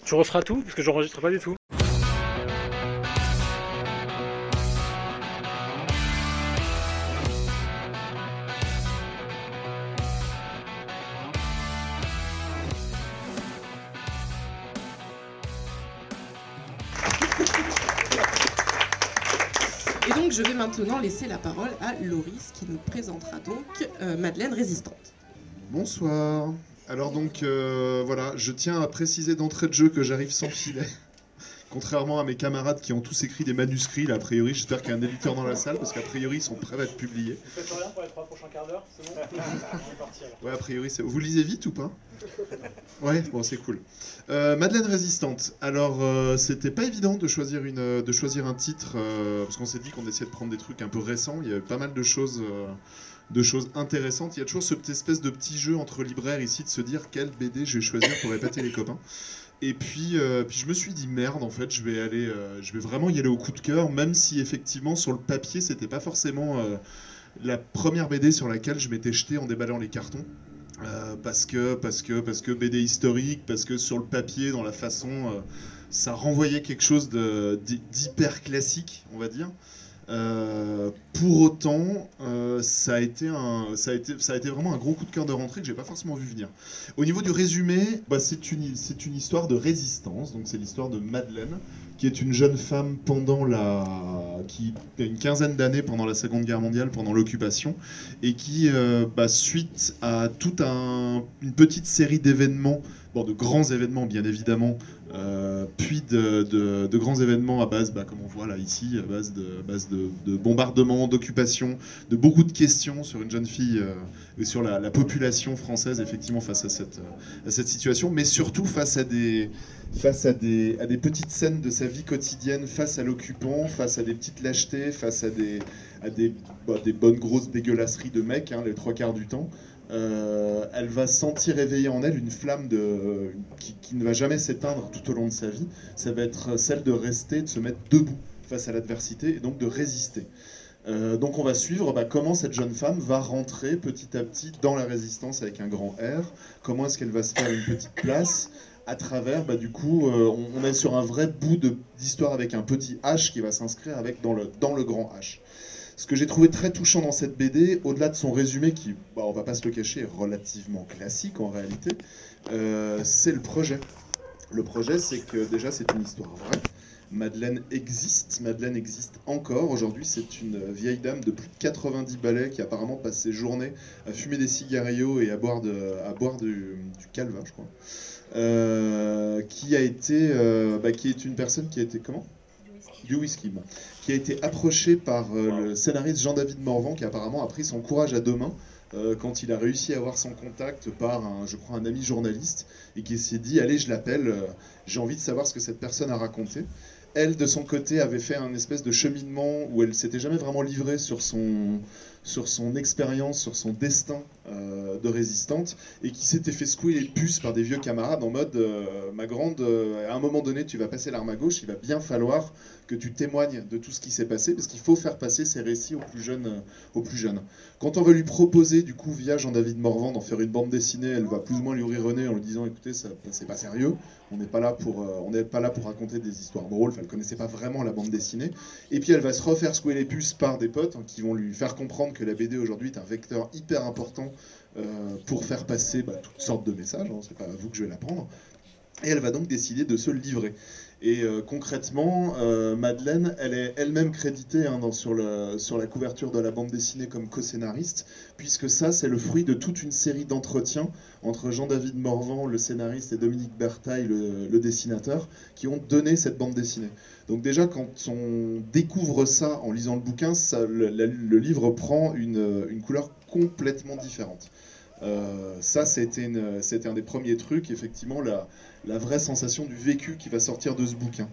Tu referas tout parce que j'enregistre pas du tout. Et donc je vais maintenant laisser la parole à Loris qui nous présentera donc Madeleine Résistante. Bonsoir. Alors donc voilà, je tiens à préciser d'entrée de jeu que j'arrive sans filet. Contrairement à mes camarades qui ont tous écrit des manuscrits, là, a priori, j'espère qu'il y a un éditeur dans la salle, parce qu'a priori, ils sont prêts à être publiés. Vous faites rien pour les 3 prochains quarts d'heure, c'est bon. On est parti alors. Ouais, a priori, c'est... Vous lisez vite ou pas? Ouais, bon, c'est cool. Madeleine Résistante. Alors, c'était pas évident de choisir un titre, parce qu'on s'est dit qu'on essayait de prendre des trucs un peu récents. Il y avait pas mal de choses intéressantes. Il y a toujours cette espèce de petit jeu entre libraires ici de se dire quel BD je vais choisir pour épater les copains. Et puis je me suis dit merde, en fait, je vais vraiment y aller au coup de cœur, même si effectivement sur le papier c'était pas forcément la première BD sur laquelle je m'étais jeté en déballant les cartons. Parce que BD historique, parce que sur le papier, dans la façon, ça renvoyait quelque chose d'hyper classique, on va dire. Pour autant, ça a été vraiment un gros coup de cœur de rentrée que j'ai pas forcément vu venir. Au niveau du résumé, bah, c'est une histoire de résistance. Donc c'est l'histoire de Madeleine, qui est une jeune femme qui a une quinzaine d'années pendant la Seconde Guerre mondiale, pendant l'occupation, et qui, suite à une petite série d'événements, bon, de grands événements bien évidemment, puis de grands événements à base, comme on voit là ici, à base de bombardements, d'occupation, de beaucoup de questions sur une jeune fille et sur la population française effectivement face à cette situation, mais surtout face à des petites scènes de sa vie quotidienne, face à l'occupant, face à des petites lâchetés, face à des bonnes grosses dégueulasseries de mecs, hein, les 3 quarts du temps. Elle va sentir éveiller en elle une flamme qui ne va jamais s'éteindre tout au long de sa vie. Ça va être celle de rester, de se mettre debout face à l'adversité et donc de résister. Donc on va suivre comment cette jeune femme va rentrer petit à petit dans la résistance avec un grand R, comment est-ce qu'elle va se faire une petite place à travers, on est sur un vrai bout d'histoire avec un petit H qui va s'inscrire dans le grand H. Ce que j'ai trouvé très touchant dans cette BD, au-delà de son résumé qui, on va pas se le cacher, est relativement classique en réalité, c'est le projet. Le projet, c'est que déjà c'est une histoire vraie. Madeleine existe encore. Aujourd'hui, c'est une vieille dame de plus de 90 balais qui apparemment passe ses journées à fumer des cigarillos et à boire du calva, je crois. Qui est une personne qui a été comment ? Du whisky, bon. Qui a été approché par le scénariste Jean-David Morvan, qui apparemment a pris son courage à deux mains quand il a réussi à avoir son contact par un ami journaliste, et qui s'est dit allez, je l'appelle, j'ai envie de savoir ce que cette personne a raconté. Elle, de son côté, avait fait un espèce de cheminement où elle s'était jamais vraiment livrée sur son expérience, sur son destin de résistante, et qui s'était fait secouer les puces par des vieux camarades en mode ma grande, à un moment donné, tu vas passer l'arme à gauche, il va bien falloir que tu témoignes de tout ce qui s'est passé, parce qu'il faut faire passer ces récits aux plus jeunes. Quand on va lui proposer, du coup, via Jean-David Morvan, d'en faire une bande dessinée, elle va plus ou moins lui rire au nez en lui disant écoutez, ça, c'est pas sérieux, on n'est pas là pour raconter des histoires drôles. Enfin, elle connaissait pas vraiment la bande dessinée. Et puis elle va se refaire secouer les puces par des potes qui vont lui faire comprendre que la BD aujourd'hui est un vecteur hyper important pour faire passer toutes sortes de messages. Hein, c'est pas à vous que je vais l'apprendre. Et elle va donc décider de se livrer. Et concrètement, Madeleine, elle est elle-même créditée sur la couverture de la bande dessinée comme co-scénariste, puisque ça, c'est le fruit de toute une série d'entretiens entre Jean-David Morvan, le scénariste, et Dominique Bertaille, le dessinateur, qui ont donné cette bande dessinée. Donc déjà, quand on découvre ça en lisant le bouquin, le livre prend une couleur complètement différente. Ça, c'était un des premiers trucs, effectivement, la vraie sensation du vécu qui va sortir de ce bouquin.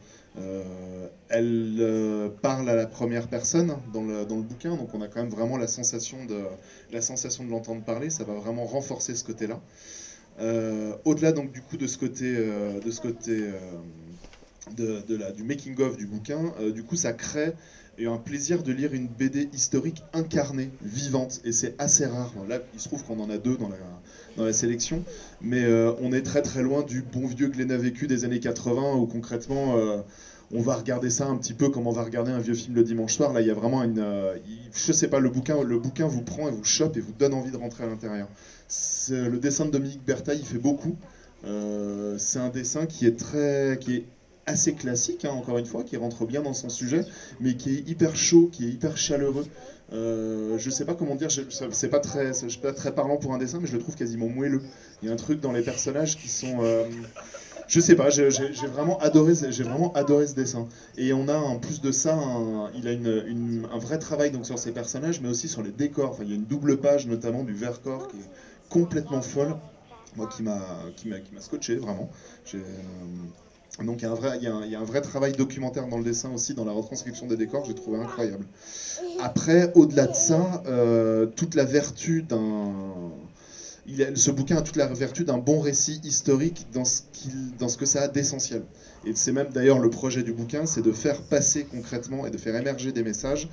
Elle parle à la première personne dans le bouquin, donc on a quand même vraiment la sensation de l'entendre parler, ça va vraiment renforcer ce côté-là. Au-delà donc du coup de ce côté du making-of du bouquin, du coup ça crée un plaisir de lire une BD historique incarnée, vivante, et c'est assez rare. Là, il se trouve qu'on en a 2 dans la sélection, mais on est très très loin du bon vieux Glénat vécu des années 80, où concrètement on va regarder ça un petit peu comme on va regarder un vieux film le dimanche soir. Là, il y a vraiment je sais pas, le bouquin vous prend et vous chope et vous donne envie de rentrer à l'intérieur. Le dessin de Dominique Bertaille, il fait beaucoup. C'est un dessin qui est assez classique, hein, encore une fois, qui rentre bien dans son sujet, mais qui est hyper chaud, qui est hyper chaleureux. Je sais pas comment dire, c'est pas très parlant pour un dessin, mais je le trouve quasiment moelleux. Il y a un truc dans les personnages qui sont... je sais pas, j'ai vraiment adoré ce dessin. Et on a en plus de ça, il a un vrai travail donc sur ses personnages, mais aussi sur les décors. Enfin, il y a une double page notamment du Vercors qui est complètement folle, moi qui m'a scotché vraiment. Donc il y a un vrai travail documentaire dans le dessin aussi, dans la retranscription des décors, j'ai trouvé incroyable. Après, au-delà de ça, toute la vertu ce bouquin a toute la vertu d'un bon récit historique dans ce que ça a d'essentiel. Et c'est même d'ailleurs le projet du bouquin, c'est de faire passer concrètement et de faire émerger des messages,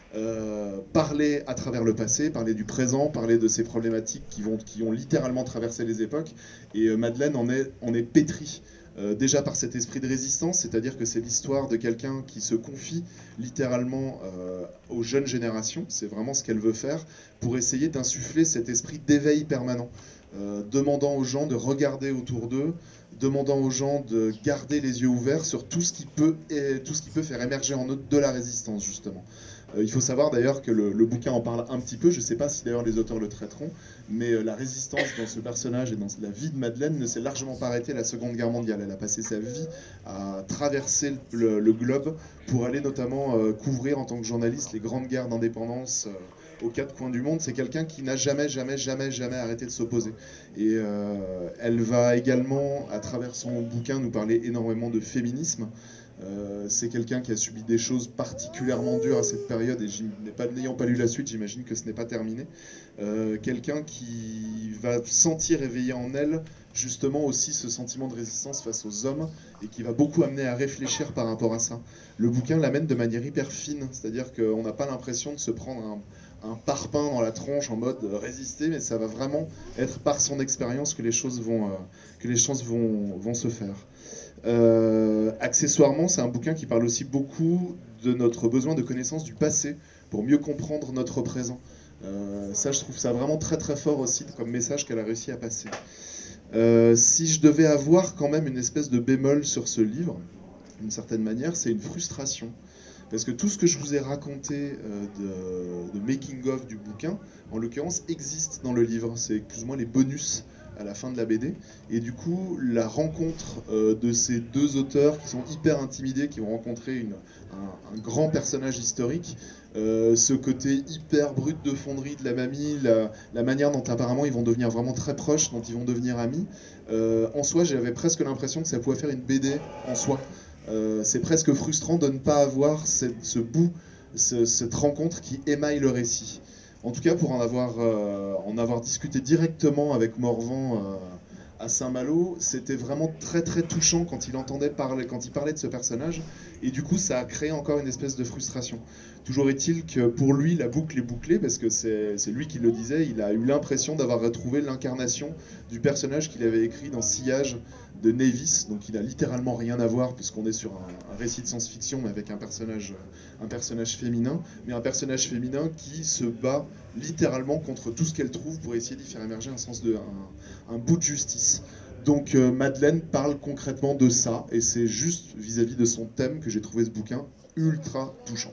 parler à travers le passé, parler du présent, parler de ces problématiques qui ont littéralement traversé les époques. Et Madeleine en est pétrie. Déjà par cet esprit de résistance, c'est-à-dire que c'est l'histoire de quelqu'un qui se confie littéralement aux jeunes générations, c'est vraiment ce qu'elle veut faire, pour essayer d'insuffler cet esprit d'éveil permanent, demandant aux gens de regarder autour d'eux, demandant aux gens de garder les yeux ouverts sur tout ce qui peut faire émerger en eux de la résistance, justement. Il faut savoir d'ailleurs que le bouquin en parle un petit peu, je ne sais pas si d'ailleurs les auteurs le traiteront, mais la résistance dans ce personnage et dans la vie de Madeleine ne s'est largement pas arrêtée à la Seconde Guerre mondiale. Elle a passé sa vie à traverser le globe pour aller notamment couvrir en tant que journaliste les grandes guerres d'indépendance aux 4 coins du monde. C'est quelqu'un qui n'a jamais arrêté de s'opposer. Et elle va également, à travers son bouquin, nous parler énormément de féminisme. C'est quelqu'un qui a subi des choses particulièrement dures à cette période et n'ayant pas lu la suite, j'imagine que ce n'est pas terminé. Quelqu'un qui va sentir éveiller en elle justement aussi ce sentiment de résistance face aux hommes et qui va beaucoup amener à réfléchir par rapport à ça. Le bouquin l'amène de manière hyper fine, c'est-à-dire qu'on n'a pas l'impression de se prendre un parpaing dans la tronche en mode résister, mais ça va vraiment être par son expérience que les choses vont se faire. Accessoirement, c'est un bouquin qui parle aussi beaucoup de notre besoin de connaissance du passé pour mieux comprendre notre présent. Ça, je trouve ça vraiment très très fort aussi comme message qu'elle a réussi à passer. Si je devais avoir quand même une espèce de bémol sur ce livre, d'une certaine manière, c'est une frustration. Parce que tout ce que je vous ai raconté de making-of du bouquin, en l'occurrence, existe dans le livre. C'est plus ou moins les bonus à la fin de la BD. Et du coup, la rencontre de ces 2 auteurs qui sont hyper intimidés, qui vont rencontrer un grand personnage historique, ce côté hyper brut de fonderie de la mamie, la manière dont apparemment ils vont devenir vraiment très proches, dont ils vont devenir amis, en soi, j'avais presque l'impression que ça pouvait faire une BD en soi. C'est presque frustrant de ne pas avoir cette rencontre qui émaille le récit. En tout cas, pour en avoir discuté directement avec Morvan à Saint-Malo, c'était vraiment très très touchant quand il parlait de ce personnage, et du coup ça a créé encore une espèce de frustration. Toujours est-il que pour lui la boucle est bouclée, parce que c'est lui qui le disait, il a eu l'impression d'avoir retrouvé l'incarnation du personnage qu'il avait écrit dans Sillage de Nevis, donc il n'a littéralement rien à voir puisqu'on est sur un récit de science-fiction mais avec un personnage féminin, mais un personnage féminin qui se bat littéralement contre tout ce qu'elle trouve pour essayer d'y faire émerger un bout de justice. Donc Madeleine parle concrètement de ça, et c'est juste vis-à-vis de son thème que j'ai trouvé ce bouquin ultra touchant.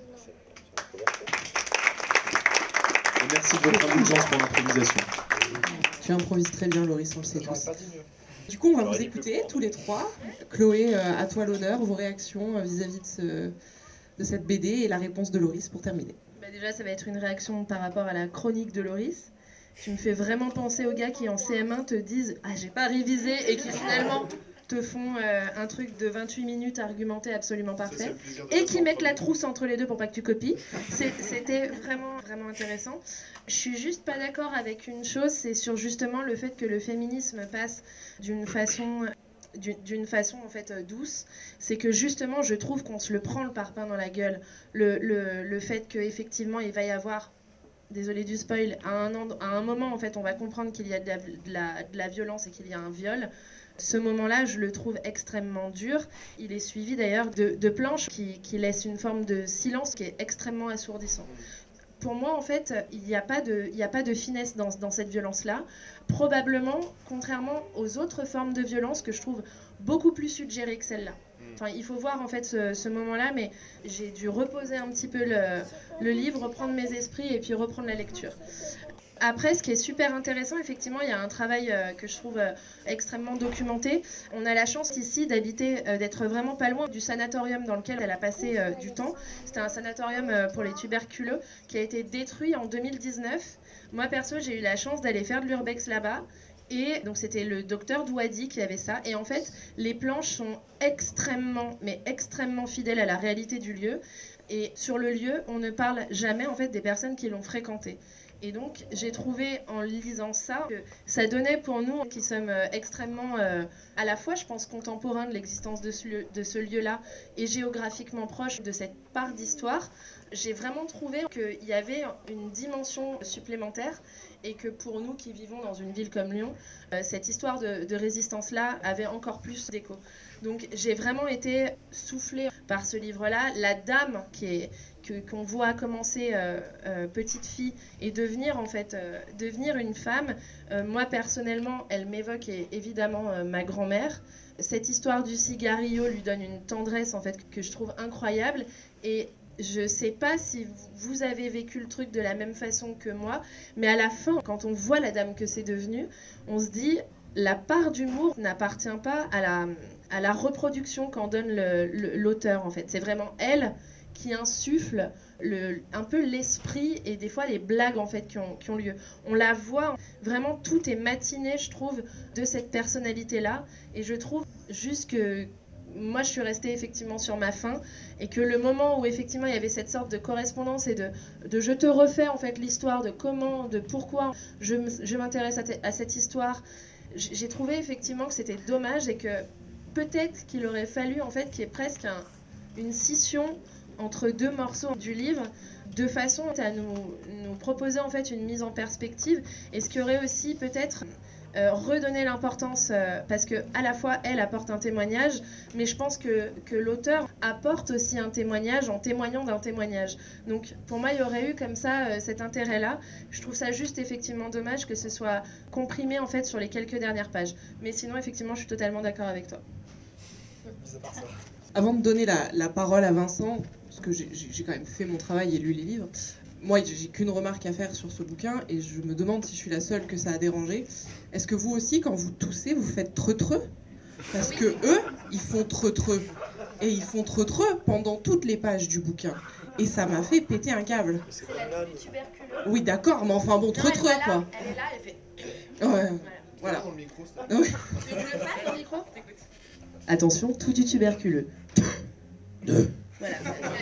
Et merci de votre indulgence pour l'improvisation. Tu improvises très bien, Loris, on le sait tous. Du coup, on va vous écouter tous les 3. Chloé, à toi l'honneur, vos réactions vis-à-vis de cette BD et la réponse de Loris pour terminer. Déjà, ça va être une réaction par rapport à la chronique de Loris. Tu me fais vraiment penser aux gars qui en CM1 te disent « Ah, j'ai pas révisé » et qui finalement te font un truc de 28 minutes argumenté absolument parfait et qui mettent la trousse entre les deux pour pas que tu copies. C'était vraiment, vraiment intéressant. Je suis juste pas d'accord avec une chose, c'est sur justement le fait que le féminisme passe d'une façon d'une façon en fait douce, c'est que justement je trouve qu'on se le prend le parpaing dans la gueule, le fait qu'effectivement il va y avoir, désolé du spoil, à un moment en fait on va comprendre qu'il y a de la violence et qu'il y a un viol. Ce moment-là, je le trouve extrêmement dur. Il est suivi d'ailleurs de planches qui laissent une forme de silence qui est extrêmement assourdissant. Pour moi, en fait, il n'y a pas de finesse dans cette violence-là. Probablement, contrairement aux autres formes de violence que je trouve beaucoup plus suggérées que celle-là. Enfin, il faut voir en fait ce moment-là, mais j'ai dû reposer un petit peu le livre, reprendre mes esprits et puis reprendre la lecture. Après, ce qui est super intéressant, effectivement, il y a un travail que je trouve extrêmement documenté. On a la chance ici d'habiter, d'être vraiment pas loin du sanatorium dans lequel elle a passé du temps. C'était un sanatorium pour les tuberculeux qui a été détruit en 2019. Moi, perso, j'ai eu la chance d'aller faire de l'urbex là-bas. Et donc, c'était le docteur Douadi qui avait ça. Et en fait, les planches sont extrêmement fidèles à la réalité du lieu. Et sur le lieu, on ne parle jamais en fait des personnes qui l'ont fréquenté. Et donc, j'ai trouvé en lisant ça que ça donnait pour nous, qui sommes extrêmement, à la fois, je pense, contemporains de l'existence de ce lieu-là et géographiquement proche de cette part d'histoire, j'ai vraiment trouvé qu'il y avait une dimension supplémentaire et que pour nous qui vivons dans une ville comme Lyon, cette histoire de résistance-là avait encore plus d'écho. Donc, j'ai vraiment été soufflée par ce livre-là. La dame qu'on voit commencer petite fille et devenir une femme. Moi personnellement, elle m'évoque évidemment ma grand-mère. Cette histoire du cigarillo lui donne une tendresse en fait que je trouve incroyable et je sais pas si vous avez vécu le truc de la même façon que moi, mais à la fin, quand on voit la dame que c'est devenu, on se dit la part d'humour n'appartient pas à la reproduction qu'en donne l'auteur en fait. C'est vraiment elle qui insuffle un peu l'esprit et des fois les blagues en fait qui ont lieu. On la voit, vraiment tout est matiné je trouve de cette personnalité-là et je trouve juste que moi je suis restée effectivement sur ma faim et que le moment où effectivement il y avait cette sorte de correspondance et de je te refais en fait l'histoire de comment, de pourquoi je m'intéresse à cette histoire, j'ai trouvé effectivement que c'était dommage et que peut-être qu'il aurait fallu en fait qu'il y ait presque une scission entre deux morceaux du livre, de façon à nous proposer en fait une mise en perspective, et ce qui aurait aussi peut-être redonné l'importance, parce que à la fois elle apporte un témoignage, mais je pense que l'auteur apporte aussi un témoignage en témoignant d'un témoignage. Donc pour moi il y aurait eu comme ça cet intérêt-là. Je trouve ça juste effectivement dommage que ce soit comprimé en fait sur les quelques dernières pages. Mais sinon effectivement je suis totalement d'accord avec toi. Avant de donner la parole à Vincent, parce que j'ai quand même fait mon travail et lu les livres, moi j'ai qu'une remarque à faire sur ce bouquin et je me demande si je suis la seule que ça a dérangé. Est-ce que vous aussi, quand vous toussez, vous faites treutreux ? Parce que eux, ils font treutreux. Et ils font treutreux pendant toutes les pages du bouquin. Et ça m'a fait péter un câble. C'est la tuberculose. Oui, d'accord, mais enfin bon, treutreux quoi. Elle est là, elle fait... Ouais, voilà. Dans le micro, ça. Tu veux le faire dans le micro ? Attention, tout du tuberculeux. Voilà.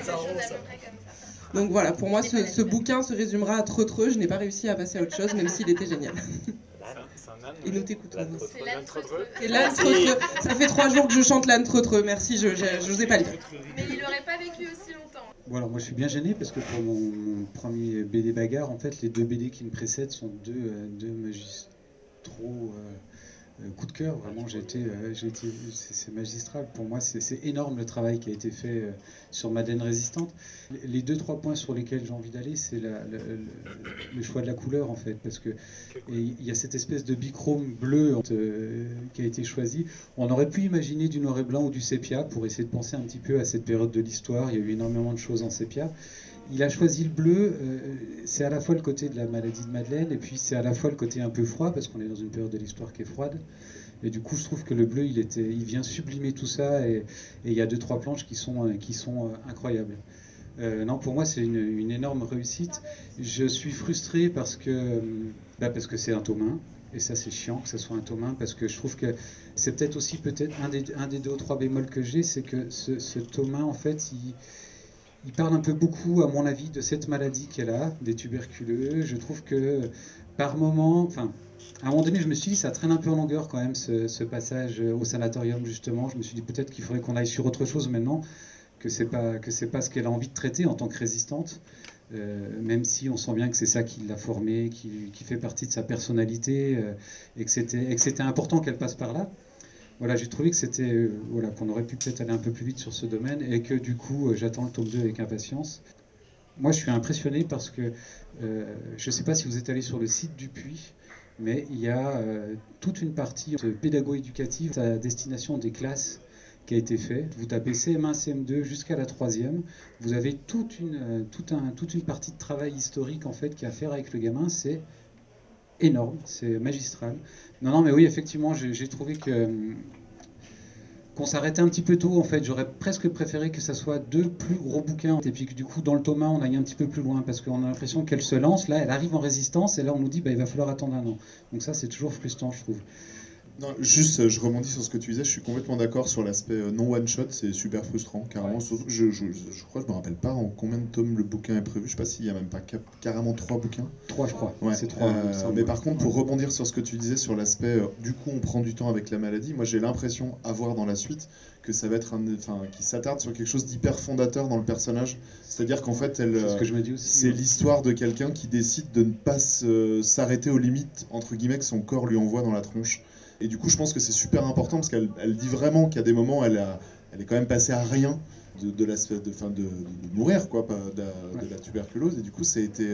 Donc voilà, pour moi, ce bouquin se résumera à treutreux. Je n'ai pas réussi à passer à autre chose, même s'il était génial. C'est un âne. Et nous t'écoutons. C'est l'âne treutreux. C'est l'âne treutreux. Ça fait 3 jours que je chante l'âne treutreux. Merci, je n'osais pas le dire. Mais il n'aurait pas vécu aussi longtemps. Bon, alors moi je suis bien gêné parce que pour mon premier BD bagarre, en fait, les 2 BD qui me précèdent sont deux magistraux coup de cœur. Vraiment, c'est magistral. Pour moi, c'est énorme le travail qui a été fait sur Madeleine Résistante. Les 2-3 points sur lesquels j'ai envie d'aller, c'est le choix de la couleur, en fait, parce que il y a cette espèce de bichrome bleu qui a été choisi. On aurait pu imaginer du noir et blanc ou du sépia pour essayer de penser un petit peu à cette période de l'histoire. Il y a eu énormément de choses en sépia. Il a choisi le bleu, c'est à la fois le côté de la maladie de Madeleine, et puis c'est à la fois le côté un peu froid, parce qu'on est dans une période de l'histoire qui est froide. Et du coup, je trouve que le bleu, il vient sublimer tout ça, et il y a 2-3 planches qui sont incroyables. Non, pour moi, c'est une énorme réussite. Je suis frustré parce que c'est un tome 1, et ça, c'est chiant que ça soit un tome 1, parce que je trouve que c'est peut-être un des 2 ou 3 bémols que j'ai, c'est que ce tome 1, en fait, il parle un peu beaucoup, à mon avis, de cette maladie qu'elle a, des tuberculeux. Je trouve que par moment, enfin, à un moment donné, je me suis dit, ça traîne un peu en longueur quand même, ce passage au sanatorium, justement. Je me suis dit peut-être qu'il faudrait qu'on aille sur autre chose maintenant, que c'est pas ce qu'elle a envie de traiter en tant que résistante, même si on sent bien que c'est ça qui l'a formée, qui fait partie de sa personnalité, et que c'était important qu'elle passe par là. Voilà, j'ai trouvé que c'était qu'on aurait pu peut-être aller un peu plus vite sur ce domaine, et que du coup, j'attends le tome 2 avec impatience. Moi, je suis impressionné parce que je ne sais pas si vous êtes allé sur le site du Puy, mais il y a toute une partie pédago-éducative à destination des classes qui a été fait. Vous tapez CM1, CM2 jusqu'à la 3e. Vous avez toute une partie de travail historique en fait qui a à faire avec le gamin. C'est énorme, c'est magistral. Non, mais oui, effectivement, j'ai trouvé qu'on s'arrêtait un petit peu tôt. En fait, j'aurais presque préféré que ça soit 2 plus gros bouquins et puis que du coup, dans le tome 1, on aille un petit peu plus loin parce qu'on a l'impression qu'elle se lance. Là, elle arrive en résistance et là, on nous dit il va falloir attendre 1 an. Donc ça, c'est toujours frustrant, je trouve. Non, juste, je rebondis sur ce que tu disais, je suis complètement d'accord sur l'aspect non one-shot, c'est super frustrant, carrément. Surtout que je crois, je me rappelle pas en combien de tomes le bouquin est prévu, je sais pas s'il y a même pas carrément 3 bouquins. 3, je crois. Ouais. C'est 3. Mais par contre, pour rebondir sur ce que tu disais sur l'aspect, du coup, on prend du temps avec la maladie, moi j'ai l'impression, à voir dans la suite, que ça va être qui s'attarde sur quelque chose d'hyper fondateur dans le personnage. C'est-à-dire qu'en fait, c'est ce que je me dis aussi. C'est l'histoire de quelqu'un qui décide de ne pas s'arrêter aux limites, entre guillemets, que son corps lui envoie dans la tronche. Et du coup, je pense que c'est super important parce qu'elle dit vraiment qu'à des moments, elle est quand même passée à rien de mourir, quoi, de la tuberculose. Et du coup, ça a été,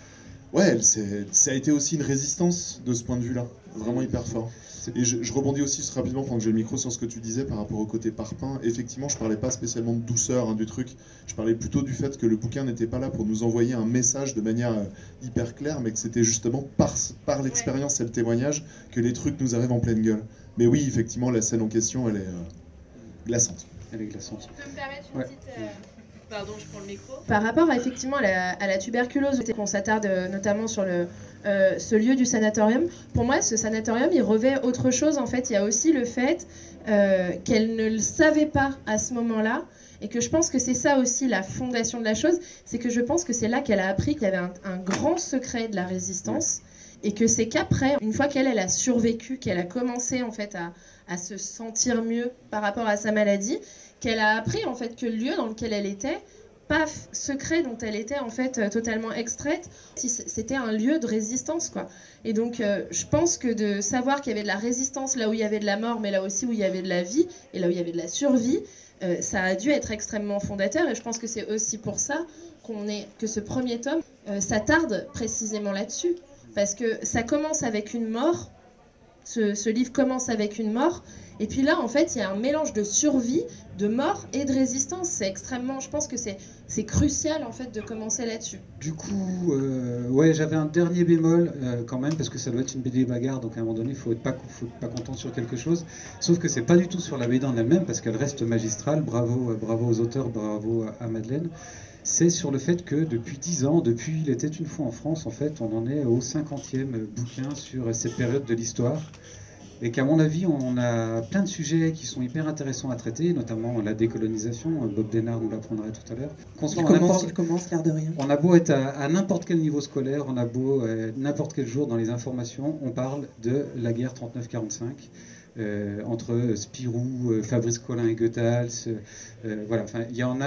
ça a été aussi une résistance de ce point de vue-là, vraiment hyper fort. Et je rebondis aussi rapidement pendant que j'ai le micro sur ce que tu disais par rapport au côté parpaing. Effectivement, je parlais pas spécialement de douceur du truc. Je parlais plutôt du fait que le bouquin n'était pas là pour nous envoyer un message de manière hyper claire, mais que c'était justement par l'expérience et le témoignage que les trucs nous arrivent en pleine gueule. Mais oui, effectivement, la scène en question, elle est glaçante. Elle est glaçante. Tu peux me permettre une petite... Pardon, je prends le micro. Par rapport effectivement à la tuberculose, qu'on s'attarde notamment sur ce lieu du sanatorium, pour moi ce sanatorium il revêt autre chose en fait. Il y a aussi le fait qu'elle ne le savait pas à ce moment-là, et que je pense que c'est ça aussi la fondation de la chose, c'est que je pense que c'est là qu'elle a appris qu'il y avait un grand secret de la résistance, et que c'est qu'après, une fois qu'elle a survécu, qu'elle a commencé en fait à se sentir mieux par rapport à sa maladie, qu'elle a appris en fait que le lieu dans lequel elle était, paf, secret dont elle était en fait totalement extraite, c'était un lieu de résistance, quoi. Et donc je pense que de savoir qu'il y avait de la résistance là où il y avait de la mort, mais là aussi où il y avait de la vie, et là où il y avait de la survie, ça a dû être extrêmement fondateur. Et je pense que c'est aussi pour ça que ce premier tome s'attarde précisément là-dessus, parce que ça commence avec une mort. Ce livre commence avec une mort, et puis là en fait il y a un mélange de survie, de mort et de résistance. C'est extrêmement, je pense que c'est crucial en fait de commencer là-dessus. Du coup, j'avais un dernier bémol quand même, parce que ça doit être une BD bagarre, donc à un moment donné il faut être pas content sur quelque chose, sauf que c'est pas du tout sur la BD en elle-même, parce qu'elle reste magistrale. Bravo aux auteurs, bravo à Madeleine. C'est sur le fait que depuis 10 ans, depuis Il était une fois en France, en fait, on en est au 50e bouquin sur cette période de l'histoire. Et qu'à mon avis, on a plein de sujets qui sont hyper intéressants à traiter, notamment la décolonisation. Bob Denard nous l'apprendrait tout à l'heure. Il commence, l'air de rien. On a beau être à n'importe quel niveau scolaire, on a beau n'importe quel jour dans les informations, on parle de la guerre 39-45. Entre Spirou, Fabrice Collin et Goethals, voilà, enfin, il y en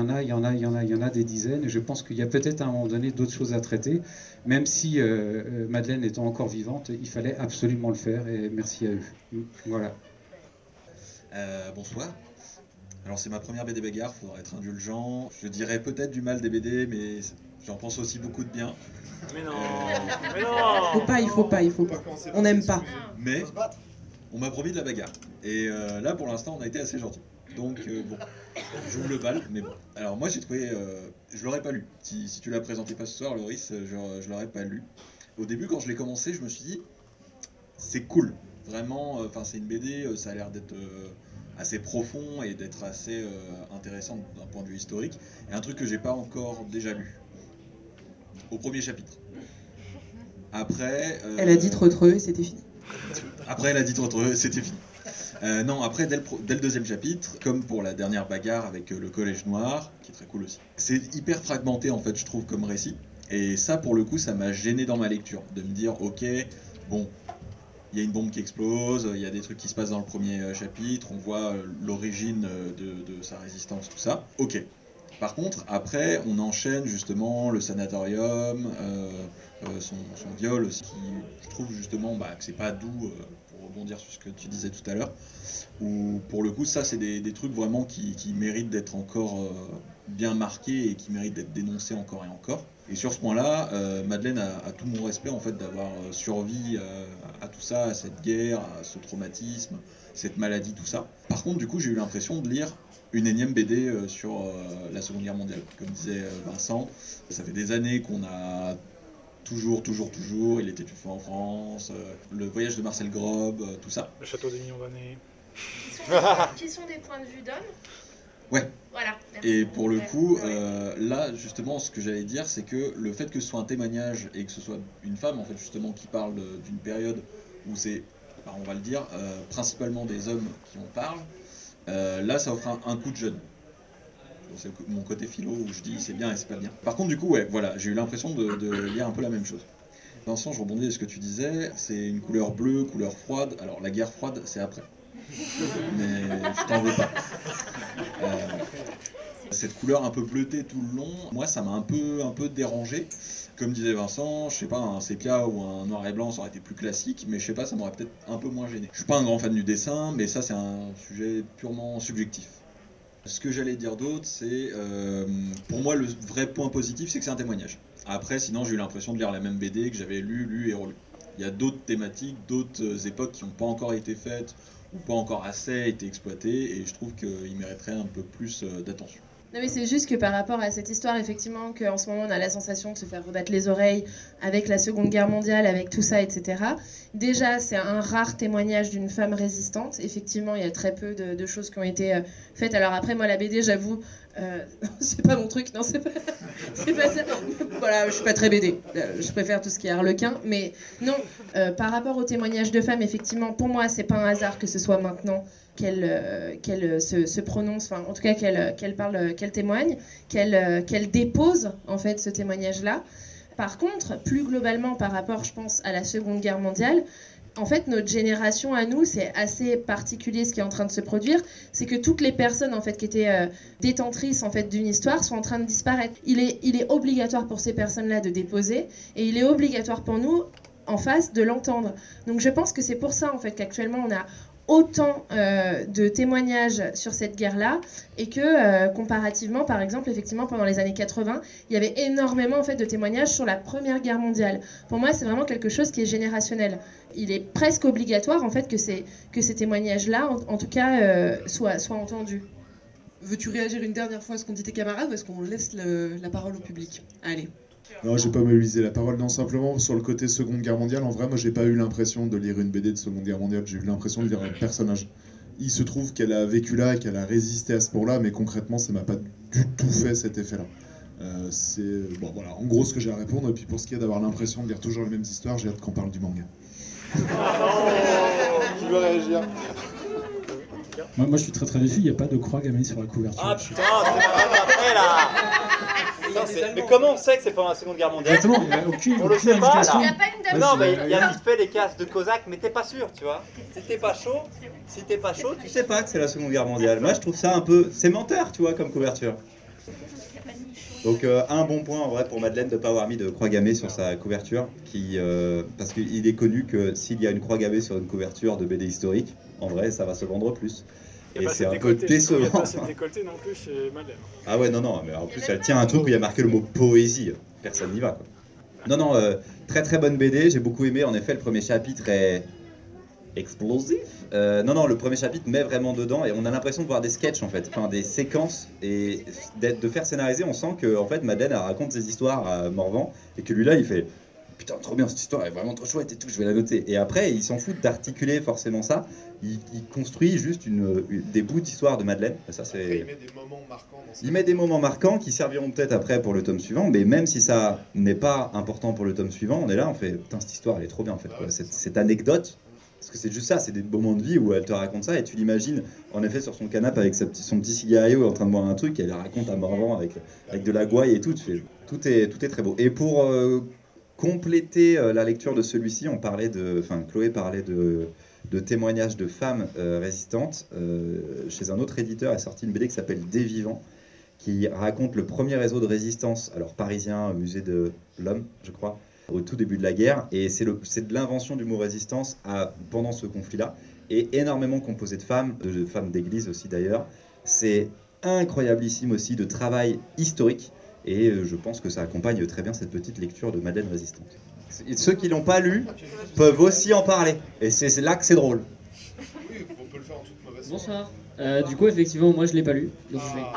a des dizaines, et je pense qu'il y a peut-être à un moment donné d'autres choses à traiter, même si Madeleine étant encore vivante, il fallait absolument le faire, et merci à eux. Voilà. Bonsoir. Alors c'est ma première BD bagarre, il faudra être indulgent. Je dirais peut-être du mal des BD, mais j'en pense aussi beaucoup de bien. Mais non, mais non. Il faut pas. On n'aime pas. Mais on m'a promis de la bagarre. Et là, pour l'instant, on a été assez gentils. Donc, bon, j'ouvre le bal, mais bon. Alors, moi, j'ai trouvé... je l'aurais pas lu. Si tu l'as présenté pas ce soir, Loris, je l'aurais pas lu. Au début, quand je l'ai commencé, je me suis dit, c'est cool. Vraiment, c'est une BD, ça a l'air d'être assez profond et d'être assez intéressant d'un point de vue historique. Et un truc que j'ai pas encore déjà lu. Au premier chapitre. Après... Elle a dit trop et c'était fini. Après, elle a dit trop, c'était fini. Non, après, dès le deuxième chapitre, comme pour la dernière bagarre avec le Collège Noir, qui est très cool aussi, c'est hyper fragmenté, en fait, je trouve, comme récit. Et ça, pour le coup, ça m'a gêné dans ma lecture, de me dire, ok, bon, il y a une bombe qui explose, il y a des trucs qui se passent dans le premier chapitre, on voit l'origine de sa résistance, tout ça. Ok. Par contre, après, on enchaîne justement le sanatorium, son viol, ce qui, je trouve justement que c'est pas doux, pour rebondir sur ce que tu disais tout à l'heure, où pour le coup, ça, c'est des trucs vraiment qui méritent d'être encore bien marqués et qui méritent d'être dénoncés encore et encore. Et sur ce point-là, Madeleine a tout mon respect en fait d'avoir survécu à tout ça, à cette guerre, à ce traumatisme, cette maladie, tout ça. Par contre, du coup, j'ai eu l'impression de lire une énième BD sur la Seconde Guerre mondiale. Comme disait Vincent, ça fait des années qu'on a toujours, il était une fois en France, le voyage de Marcel Grob, tout ça. Le château des millions d'années. Qui sont des points de vue d'hommes. Ouais. Voilà. Merci. Et pour le coup, là, justement, ce que j'allais dire, c'est que le fait que ce soit un témoignage et que ce soit une femme, en fait, justement, qui parle d'une période où c'est, on va le dire, principalement des hommes qui en parlent, là, ça offre un coup de jeune. C'est mon côté philo où je dis c'est bien et c'est pas bien. Par contre, du coup, ouais, voilà, j'ai eu l'impression de lire un peu la même chose. Vincent, je rebondis sur ce que tu disais, c'est une couleur bleue, couleur froide. Alors, la guerre froide, c'est après. Mais je t'en veux pas. Cette couleur un peu bleutée tout le long, moi, ça m'a un peu dérangé. Comme disait Vincent, je sais pas, un sépia ou un noir et blanc, ça aurait été plus classique, mais je sais pas, ça m'aurait peut-être un peu moins gêné. Je suis pas un grand fan du dessin, mais ça, c'est un sujet purement subjectif. Ce que j'allais dire d'autre, c'est, pour moi, le vrai point positif, c'est que c'est un témoignage. Après, sinon, j'ai eu l'impression de lire la même BD que j'avais lu et relu. Il y a d'autres thématiques, d'autres époques qui n'ont pas encore été faites, ou pas encore assez été exploitées, et je trouve qu'ils mériteraient un peu plus d'attention. Non mais c'est juste que par rapport à cette histoire, effectivement, qu'en ce moment on a la sensation de se faire rebattre les oreilles avec la Seconde Guerre mondiale, avec tout ça, etc. Déjà, c'est un rare témoignage d'une femme résistante. Effectivement, il y a très peu de choses qui ont été faites. Alors après, moi, la BD, j'avoue, c'est pas mon truc, non, c'est pas ça. Voilà, je suis pas très BD. Je préfère tout ce qui est harlequin. Mais non, par rapport au témoignage de femmes, effectivement, pour moi, c'est pas un hasard que ce soit maintenant qu'elle se prononce, enfin en tout cas qu'elle parle, qu'elle témoigne, qu'elle dépose en fait ce témoignage-là. Par contre, plus globalement par rapport, je pense, à la Seconde Guerre mondiale, en fait notre génération à nous, c'est assez particulier ce qui est en train de se produire, c'est que toutes les personnes en fait qui étaient détentrices en fait d'une histoire sont en train de disparaître. Il est obligatoire pour ces personnes-là de déposer, et il est obligatoire pour nous en face de l'entendre. Donc je pense que c'est pour ça en fait qu'actuellement on a autant de témoignages sur cette guerre-là, et que comparativement, par exemple, effectivement, pendant les années 80, il y avait énormément en fait de témoignages sur la Première Guerre mondiale. Pour moi, c'est vraiment quelque chose qui est générationnel. Il est presque obligatoire en fait que ces témoignages-là, en tout cas, soient entendus. Veux-tu réagir une dernière fois à ce qu'ont dit tes camarades, ou est-ce qu'on laisse la parole au public? Allez. Non, j'ai pas mobilisé la parole, non, simplement sur le côté Seconde Guerre mondiale. En vrai, moi, j'ai pas eu l'impression de lire une BD de Seconde Guerre mondiale, j'ai eu l'impression de lire un personnage. Il se trouve qu'elle a vécu là, qu'elle a résisté à ce point-là, mais concrètement, ça m'a pas du tout fait cet effet-là. C'est bon, voilà, en gros ce que j'ai à répondre. Et puis pour ce qui est d'avoir l'impression de lire toujours les mêmes histoires, j'ai hâte qu'on parle du manga. Qui veut réagir? Moi, je suis très déçu, il n'y a pas de croix gammée sur la couverture. Ah putain, c'est vraiment après là. Mais comment on sait que c'est pendant la Seconde Guerre mondiale? Exactement, il n'y a aucune sait pas, indication. là. Il n'y a pas une date. Non, mais il y a vite fait les casques de Cosaque, mais t'es pas sûr, tu vois. Si t'es pas chaud, tu sais pas que c'est la Seconde Guerre mondiale. Moi, je trouve ça un peu... C'est menteur, tu vois, comme couverture. Donc, un bon point, en vrai, pour Madeleine de ne pas avoir mis de croix gammée sur sa couverture, parce qu'il est connu que s'il y a une croix gammée sur une couverture de BD historique, en vrai, ça va se vendre plus. Et c'est un peu décevant. Il n'y a pas cette décolleté non plus chez Madeleine. Ah ouais, non, mais en plus elle tient un truc où il y a marqué le mot poésie. Personne n'y va, quoi. Non, très bonne BD, j'ai beaucoup aimé. En effet, le premier chapitre est explosif. Non, le premier chapitre met vraiment dedans et on a l'impression de voir des sketchs en fait, enfin des séquences, et de faire scénariser, on sent que en fait Madeleine elle raconte ses histoires à Morvan et que lui là il fait putain trop bien cette histoire, elle est vraiment trop chouette et tout, je vais la noter. Et après il s'en fout d'articuler forcément ça, il construit juste des bouts d'histoire de Madeleine. Ça, c'est... Après, il met des moments marquants dans il met des moments marquants qui serviront peut-être après pour le tome suivant, mais même si ça n'est pas important pour le tome suivant, on est là, on fait putain cette histoire elle est trop bien en fait, quoi. Cette anecdote, Parce que c'est juste ça, c'est des moments de vie où elle te raconte ça et tu l'imagines en effet sur son canapé avec son petit cigario en train de boire un truc et elle raconte à mort avec de la gouaille et tout. Tout est très beau. Et pour compléter la lecture de celui-ci, Chloé parlait de témoignages de femmes résistantes. Chez un autre éditeur est sorti une BD qui s'appelle Des Vivants, qui raconte le premier réseau de résistance, alors parisien, musée de l'homme, je crois, au tout début de la guerre. Et c'est de l'invention du mot résistance pendant ce conflit-là, et énormément composé de femmes d'église aussi d'ailleurs. C'est incroyablissime aussi de travail historique, et je pense que ça accompagne très bien cette petite lecture de Madeleine Résistante. Et ceux qui l'ont pas lu peuvent aussi en parler, et c'est là que c'est drôle. Oui, on peut le faire en toute mauvaise Bonsoir. Du coup, effectivement, moi je l'ai pas lu. Donc je vais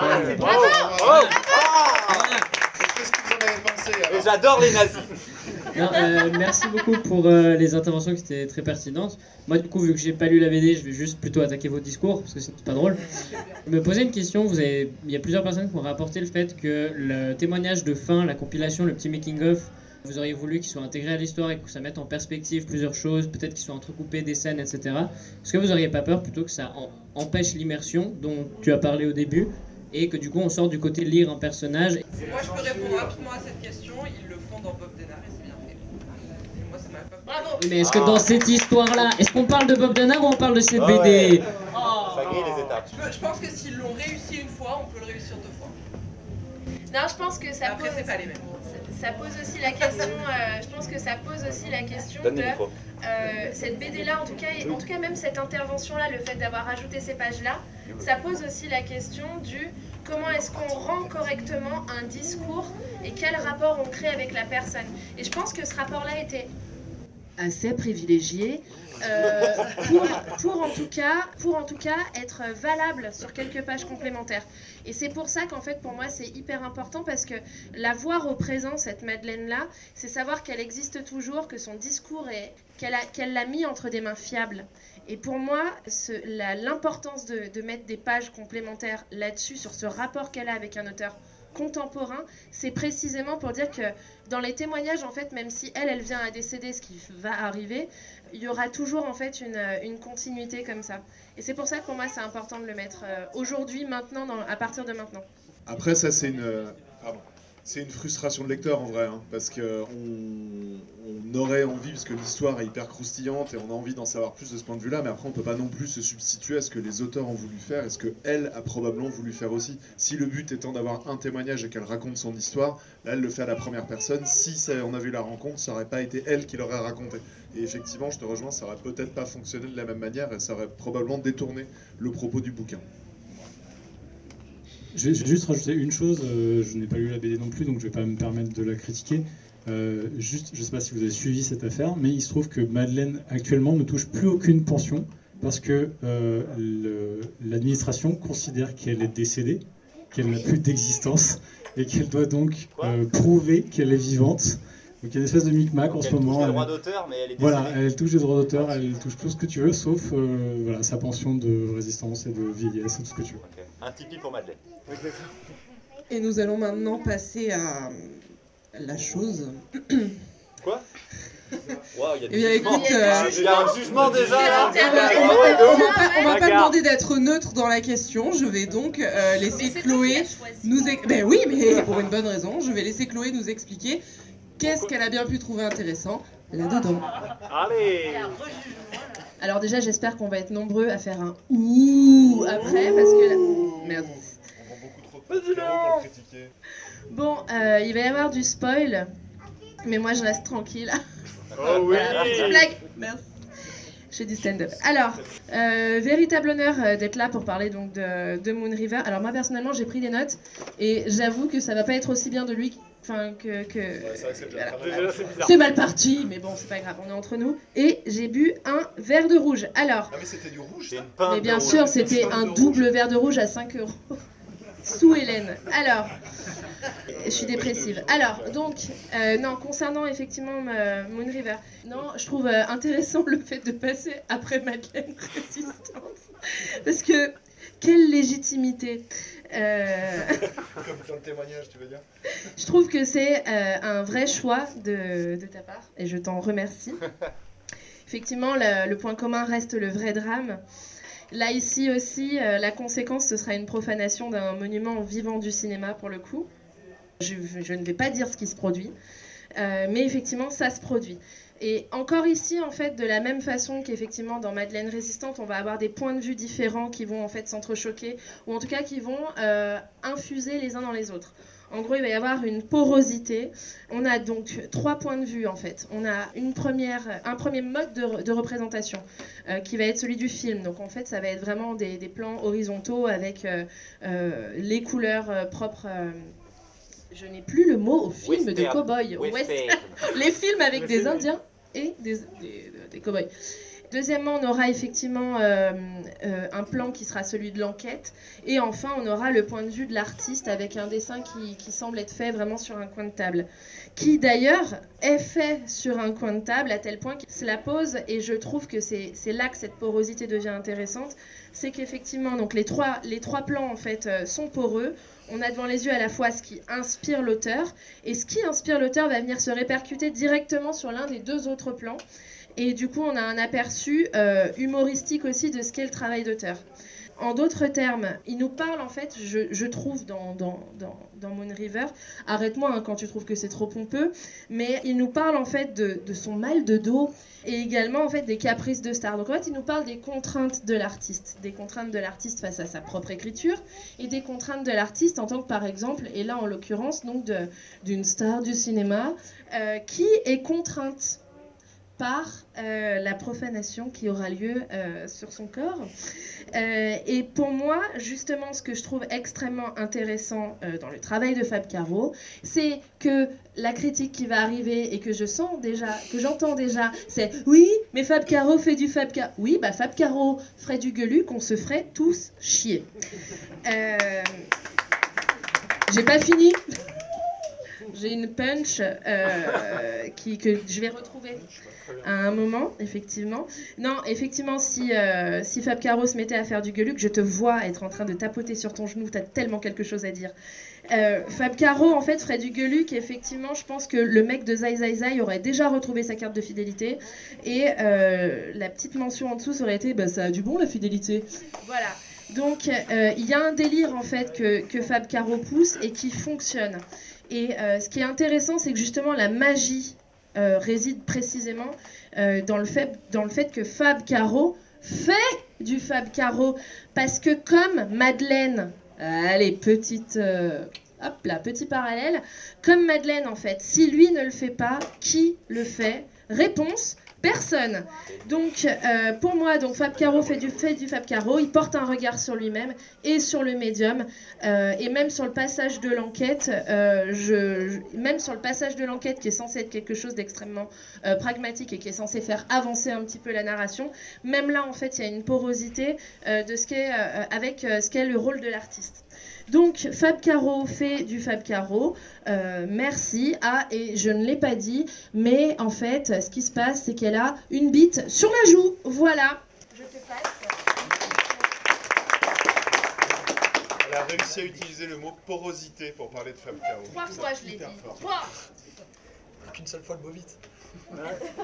Qu'est-ce que vous en avez pensé alors? Et j'adore les nazis. Non, merci beaucoup pour les interventions qui étaient très pertinentes. Moi, du coup, vu que j'ai pas lu la BD, je vais juste plutôt attaquer votre discours parce que c'est pas drôle. Je me posais une question. Il y a plusieurs personnes qui ont rapporté le fait que le témoignage de fin, la compilation, le petit making-of, vous auriez voulu qu'il soit intégré à l'histoire et que ça mette en perspective plusieurs choses, peut-être qu'il soit entrecoupé des scènes, etc. Est-ce que vous n'auriez pas peur plutôt que ça empêche l'immersion dont tu as parlé au début et que du coup on sort du côté lire un personnage? Moi je peux répondre rapidement à cette question, ils le font dans Bob Denard et c'est bien fait. Et moi ça m'a pas... Bravo. Mais est-ce que dans cette histoire-là, est-ce qu'on parle de Bob Denard ou on parle de cette BD? Ouais. Ça grille les étapes. Je pense que s'ils l'ont réussi une fois, on peut le réussir deux fois. Non, je pense que ça Après pose... c'est pas les mêmes. Ça pose aussi la question, je pense que ça pose aussi la question Donne de le micro. cette BD-là, en tout cas même cette intervention-là, le fait d'avoir rajouté ces pages-là, ça pose aussi la question du comment est-ce qu'on rend correctement un discours et quel rapport on crée avec la personne. Et je pense que ce rapport-là était assez privilégié pour en tout cas être valable sur quelques pages complémentaires. Et c'est pour ça qu'en fait pour moi c'est hyper important parce que la voir au présent, cette Madeleine-là, c'est savoir qu'elle existe toujours, que son discours est qu'elle l'a mis entre des mains fiables. Et pour moi, l'importance de mettre des pages complémentaires là-dessus, sur ce rapport qu'elle a avec un auteur contemporain, c'est précisément pour dire que dans les témoignages, en fait, même si elle vient à décéder, ce qui va arriver, il y aura toujours en fait une continuité comme ça. Et c'est pour ça que pour moi c'est important de le mettre aujourd'hui, maintenant, à partir de maintenant. Après, ça, c'est une frustration de lecteur en vrai, hein, parce qu'on aurait envie, parce que l'histoire est hyper croustillante et on a envie d'en savoir plus de ce point de vue-là, mais après on peut pas non plus se substituer à ce que les auteurs ont voulu faire et ce qu'elle a probablement voulu faire aussi. Si le but étant d'avoir un témoignage et qu'elle raconte son histoire, là elle le fait à la première personne. Si on avait eu la rencontre, ça aurait pas été elle qui l'aurait raconté. Et effectivement, je te rejoins, ça aurait peut-être pas fonctionné de la même manière et ça aurait probablement détourné le propos du bouquin. Je vais juste rajouter une chose, je n'ai pas lu la BD non plus, donc je ne vais pas me permettre de la critiquer. Juste, je ne sais pas si vous avez suivi cette affaire, mais il se trouve que Madeleine, actuellement, ne touche plus aucune pension parce que l'administration considère qu'elle est décédée, qu'elle n'a plus d'existence, et qu'elle doit donc prouver qu'elle est vivante. Donc il y a une espèce de micmac en ce moment. Elle touche les droits d'auteur, mais elle est décédée. Voilà, elle touche les droits d'auteur, elle touche tout ce que tu veux, sauf voilà, sa pension de résistance et de vieillesse et tout ce que tu veux. Okay. Un Tipeee pour Madeleine. Et nous allons maintenant passer à la chose. Quoi? Wow, il y a Eh bien, écoute, il y a un jugement déjà là. On va pas demander d'être neutre dans la question. Je vais donc laisser Chloé nous... Ben oui, mais pour une bonne raison. Je vais laisser Chloé nous expliquer qu'est-ce qu'elle a bien pu trouver intéressant là-dedans. Allez. Alors déjà, j'espère qu'on va être nombreux à faire un « ouh » après, parce que... Merde. On vend beaucoup trop de petits pour le critiquer. Bon, il va y avoir du spoil, mais moi je reste tranquille. Oh oui. Voilà, petite blague. Merci. Je fais du stand-up. Alors, véritable honneur d'être là pour parler donc de Moon River. Alors moi personnellement, j'ai pris des notes et j'avoue que ça va pas être aussi bien de lui que voilà. C'est mal parti, mais bon, c'est pas grave, on est entre nous. Et j'ai bu un verre de rouge. Alors, Ah mais c'était du rouge. mais bien sûr, c'était un double verre de rouge à 5 €. Sous Hélène. Alors, je suis dépressive. Alors, donc, non, concernant effectivement Moon River, non, je trouve intéressant le fait de passer après Madeleine Résistante. Parce que, quelle légitimité. Comme dans le témoignage, tu veux dire? Je trouve que c'est un vrai choix de ta part, et je t'en remercie. Effectivement, le point commun reste le vrai drame. Là, ici aussi, la conséquence, ce sera une profanation d'un monument vivant du cinéma, pour le coup. Je ne vais pas dire ce qui se produit, mais effectivement, ça se produit. Et encore ici, en fait, de la même façon qu'effectivement dans Madeleine Résistante, on va avoir des points de vue différents qui vont en fait s'entrechoquer, ou en tout cas qui vont infuser les uns dans les autres. En gros, il va y avoir une porosité. On a donc 3 points de vue, en fait. On a un premier mode de représentation qui va être celui du film. Donc, en fait, ça va être vraiment des plans horizontaux avec les couleurs propres. Je n'ai plus le mot au film de cow-boy. Les films avec des Indiens et des cow-boys. Deuxièmement, on aura effectivement un plan qui sera celui de l'enquête. Et enfin, on aura le point de vue de l'artiste avec un dessin qui semble être fait vraiment sur un coin de table. Qui d'ailleurs est fait sur un coin de table à tel point qu'il se la pose. Et je trouve que c'est là que cette porosité devient intéressante. C'est qu'effectivement, donc les trois plans en fait sont poreux. On a devant les yeux à la fois ce qui inspire l'auteur. Et ce qui inspire l'auteur va venir se répercuter directement sur l'un des 2 autres plans. Et du coup, on a un aperçu humoristique aussi de ce qu'est le travail d'auteur. En d'autres termes, il nous parle en fait, je trouve dans Moon River, arrête-moi quand tu trouves que c'est trop pompeux, mais il nous parle en fait de son mal de dos et également en fait des caprices de star. Donc en fait, il nous parle des contraintes de l'artiste face à sa propre écriture et des contraintes de l'artiste en tant que par exemple, et là en l'occurrence donc d'une star du cinéma qui est contrainte par la profanation qui aura lieu sur son corps. Et pour moi, justement, ce que je trouve extrêmement intéressant dans le travail de Fab Caro, c'est que la critique qui va arriver et que j'entends déjà, c'est « Oui, mais Fab Caro fait du Fab Caro. » Oui, bah Fab Caro ferait du gueuluc, on se ferait tous chier. J'ai pas fini. J'ai une punch que je vais retrouver à un moment, effectivement. Non, effectivement, si Fab Caro se mettait à faire du gueuluc, je te vois être en train de tapoter sur ton genou, t'as tellement quelque chose à dire. Fab Caro, en fait, ferait du gueuluc, et effectivement, je pense que le mec de Zai Zai Zai aurait déjà retrouvé sa carte de fidélité, et la petite mention en dessous, ça aurait été « ça a du bon, la fidélité ». Voilà. Donc, il y a un délire, en fait, que Fab Caro pousse et qui fonctionne. Et ce qui est intéressant, c'est que justement la magie réside précisément dans le fait que Fab Caro fait du Fab Caro. Parce que comme Madeleine, allez, petit parallèle, comme Madeleine en fait, si lui ne le fait pas, qui le fait? Réponse, personne. Donc, pour moi, Fab Caro fait du Fab Caro, il porte un regard sur lui-même et sur le médium, et même sur le passage de l'enquête, qui est censé être quelque chose d'extrêmement pragmatique et qui est censé faire avancer un petit peu la narration, même là, en fait, il y a une porosité de ce qu'est le rôle de l'artiste. Donc, Fab Caro fait du Fab Caro, merci. Et je ne l'ai pas dit, mais en fait, ce qui se passe, c'est qu'elle a une bite sur la joue. Voilà. Je te passe. Elle a réussi à utiliser le mot porosité pour parler de Fab Caro. 3 fois, je l'ai dit. 3. Qu'une seule fois le beau vite. Ouais.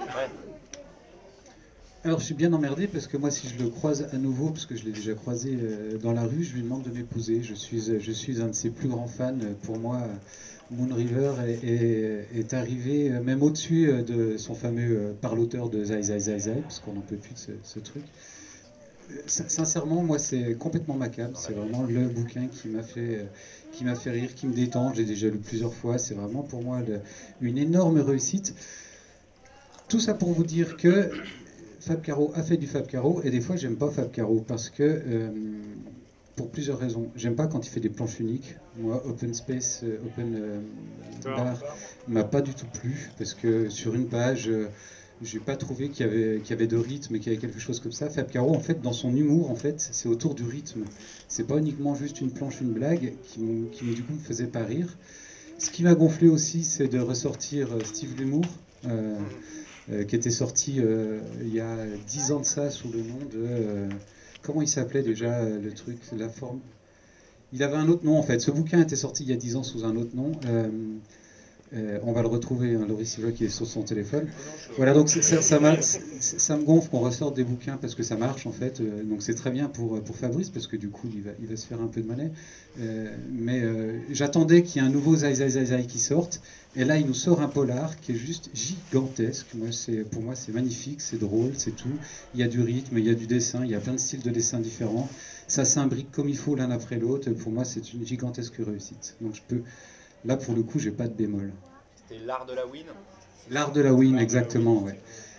Alors je suis bien emmerdé parce que moi si je le croise à nouveau, parce que je l'ai déjà croisé dans la rue, je lui demande de m'épouser. Je suis un de ses plus grands fans. Pour moi, Moon River est arrivé même au-dessus de son fameux par l'auteur de Zai Zai Zai Zai, parce qu'on n'en peut plus de ce truc. Sincèrement, moi c'est complètement macabre. C'est vraiment le bouquin qui m'a fait rire, qui me détend. J'ai déjà lu plusieurs fois. C'est vraiment pour moi une énorme réussite. Tout ça pour vous dire que Fab Caro a fait du Fab Caro, et des fois j'aime pas Fab Caro parce que pour plusieurs raisons. J'aime pas quand il fait des planches uniques. Moi, Open Space, Bar m'a pas du tout plu parce que sur une page, j'ai pas trouvé qu'il y avait de rythme, qu'il y avait quelque chose comme ça. Fab Caro, en fait, dans son humour, en fait, c'est autour du rythme. C'est pas uniquement juste une planche, une blague qui du coup me faisait pas rire. Ce qui m'a gonflé aussi, c'est de ressortir Steve l'humour. Qui était sorti il y a 10 ans de ça sous le nom de... comment il s'appelait déjà le truc, la forme? Il avait un autre nom en fait. Ce bouquin était sorti il y a 10 ans sous un autre nom. On va le retrouver, hein, Loris, il voit qu'il est sur son téléphone. Voilà, donc ça me gonfle qu'on ressorte des bouquins parce que ça marche en fait. Donc c'est très bien pour Fabrice parce que du coup il va se faire un peu de monnaie. Mais j'attendais qu'il y ait un nouveau Zai Zai Zai Zai qui sorte. Et là il nous sort un polar qui est juste gigantesque. Pour moi c'est magnifique, c'est drôle, c'est tout. Il y a du rythme, il y a du dessin, il y a plein de styles de dessin différents. Ça s'imbrique comme il faut l'un après l'autre. Pour moi c'est une gigantesque réussite. Donc là pour le coup j'ai pas de bémol. C'était l'art de la win. L'art de la win, exactement, ouais.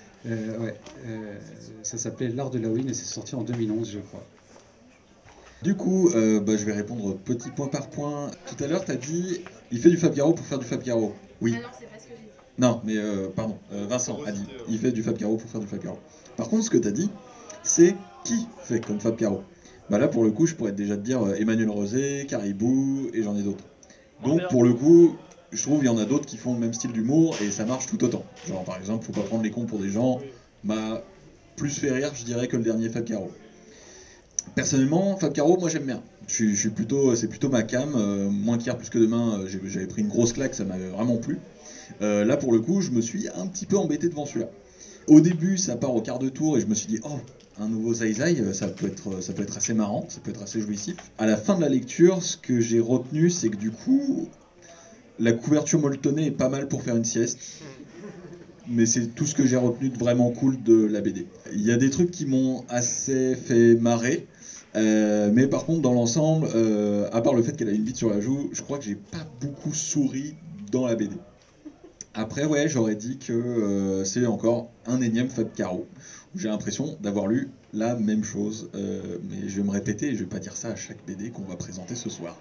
Ça s'appelait l'art de la win et c'est sorti en 2011, je crois. Du coup, je vais répondre petit point par point. Tout à l'heure, tu as dit il fait du Fab Caro pour faire du Fab Caro. Oui. Ah non, c'est pas ce que j'ai dit. Non, mais pardon, Vincent a dit il fait du Fab Caro pour faire du Fab Caro. Par contre, ce que tu as dit, c'est qui fait comme Fab Caro. Bah là, pour le coup, je pourrais déjà te dire Emmanuel Rosé, Caribou, et j'en ai d'autres. Donc, pour le coup, je trouve qu'il y en a d'autres qui font le même style d'humour et ça marche tout autant. Genre, par exemple, faut pas prendre les cons pour des gens. M'a plus fait rire, je dirais, que le dernier Fab Caro. Personnellement, Fab Caro, moi j'aime bien. C'est plutôt ma cam. Moins qu'hier, plus que demain, j'avais pris une grosse claque, ça m'avait vraiment plu. Là, pour le coup, je me suis un petit peu embêté devant celui-là. Au début, ça part au quart de tour et je me suis dit, oh, un nouveau Zai Zai, ça peut être assez marrant, ça peut être assez jouissif. À la fin de la lecture, ce que j'ai retenu, c'est que du coup, la couverture molletonnée est pas mal pour faire une sieste. Mais c'est tout ce que j'ai retenu de vraiment cool de la BD. Il y a des trucs qui m'ont assez fait marrer. Mais par contre, dans l'ensemble, à part le fait qu'elle a une bite sur la joue, je crois que j'ai pas beaucoup souri dans la BD. Après, ouais, j'aurais dit que c'est encore un énième Fab Caro, où j'ai l'impression d'avoir lu la même chose. Mais je vais me répéter, et je vais pas dire ça à chaque BD qu'on va présenter ce soir.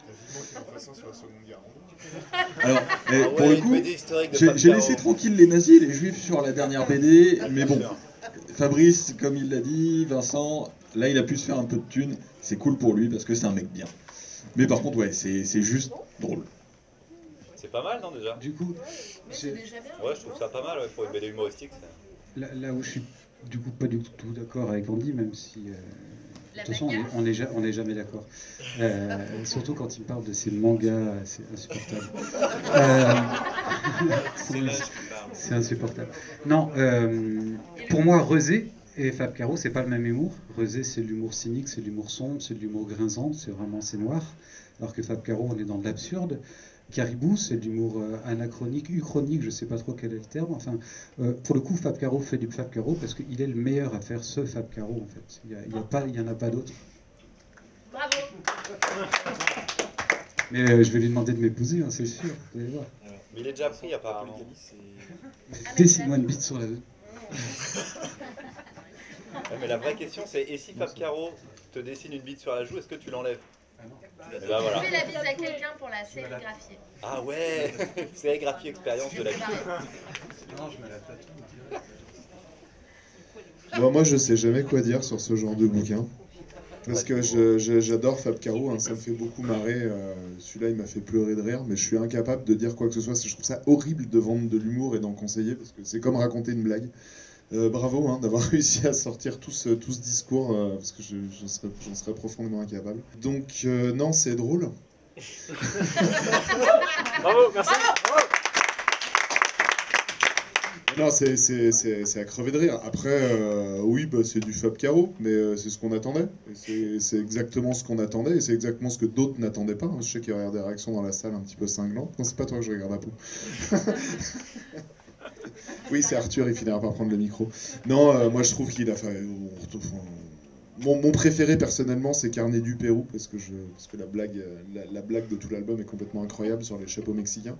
Alors, pour le coup, j'ai laissé tranquille les nazis et les juifs sur la dernière BD, mais bon, Fabrice, comme il l'a dit, Vincent, là il a pu se faire un peu de thunes, c'est cool pour lui parce que c'est un mec bien. Mais par contre, ouais, c'est juste drôle. C'est pas mal, non, déjà? Du coup, ouais, je trouve ça pas mal pour une BD humoristique. Là où je suis du coup pas du tout d'accord avec Andy, même si... de toute façon, on n'est jamais d'accord. Surtout quand il me parle de ces mangas, c'est insupportable. C'est insupportable. Non, pour moi, Rosé et Fab Caro, c'est pas le même humour. Rosé, c'est de l'humour cynique, c'est de l'humour sombre, c'est de l'humour grinçant, c'est noir. Alors que Fab Caro, on est dans de l'absurde. Caribou, c'est de l'humour anachronique, uchronique, je sais pas trop quel est le terme. Enfin, pour le coup, Fab Caro fait du Fab Caro parce qu'il est le meilleur à faire ce Fab Caro en fait. Il y en a pas d'autre. Bravo. Mais je vais lui demander de m'épouser, hein, c'est sûr. Vous allez voir. Mais il est déjà pris apparemment. Dessine-moi une bite sur la... Mais la vraie question c'est, et si Fab Caro te dessine une bite sur la joue, est-ce que tu l'enlèves? Tu fais la bise à quelqu'un pour la sérigraphier. Ah ouais, sérigraphie expérience de la vie. Non, je me la tatoue. Bon, moi je sais jamais quoi dire sur ce genre de bouquin. Parce que j'adore Fab Caro, hein, ça me fait beaucoup marrer. Celui-là il m'a fait pleurer de rire, mais je suis incapable de dire quoi que ce soit. Je trouve ça horrible de vendre de l'humour et d'en conseiller, parce que c'est comme raconter une blague. Bravo hein, d'avoir réussi à sortir tout ce discours, parce que j'en serais profondément incapable. Donc non, c'est drôle. Bravo, merci. Non, c'est à crever de rire. Après, oui, bah, c'est du Fab Caro, mais c'est ce qu'on attendait. C'est exactement ce qu'on attendait, et c'est exactement ce que d'autres n'attendaient pas. Je sais qu'il y aurait des réactions dans la salle un petit peu cinglantes. Non, c'est pas toi que je regarde à peau. Oui, c'est Arthur, il finira par prendre le micro. Non, moi je trouve qu'il a fait... Mon préféré personnellement, c'est Carnet du Pérou, parce que la blague de tout l'album est complètement incroyable sur les chapeaux mexicains.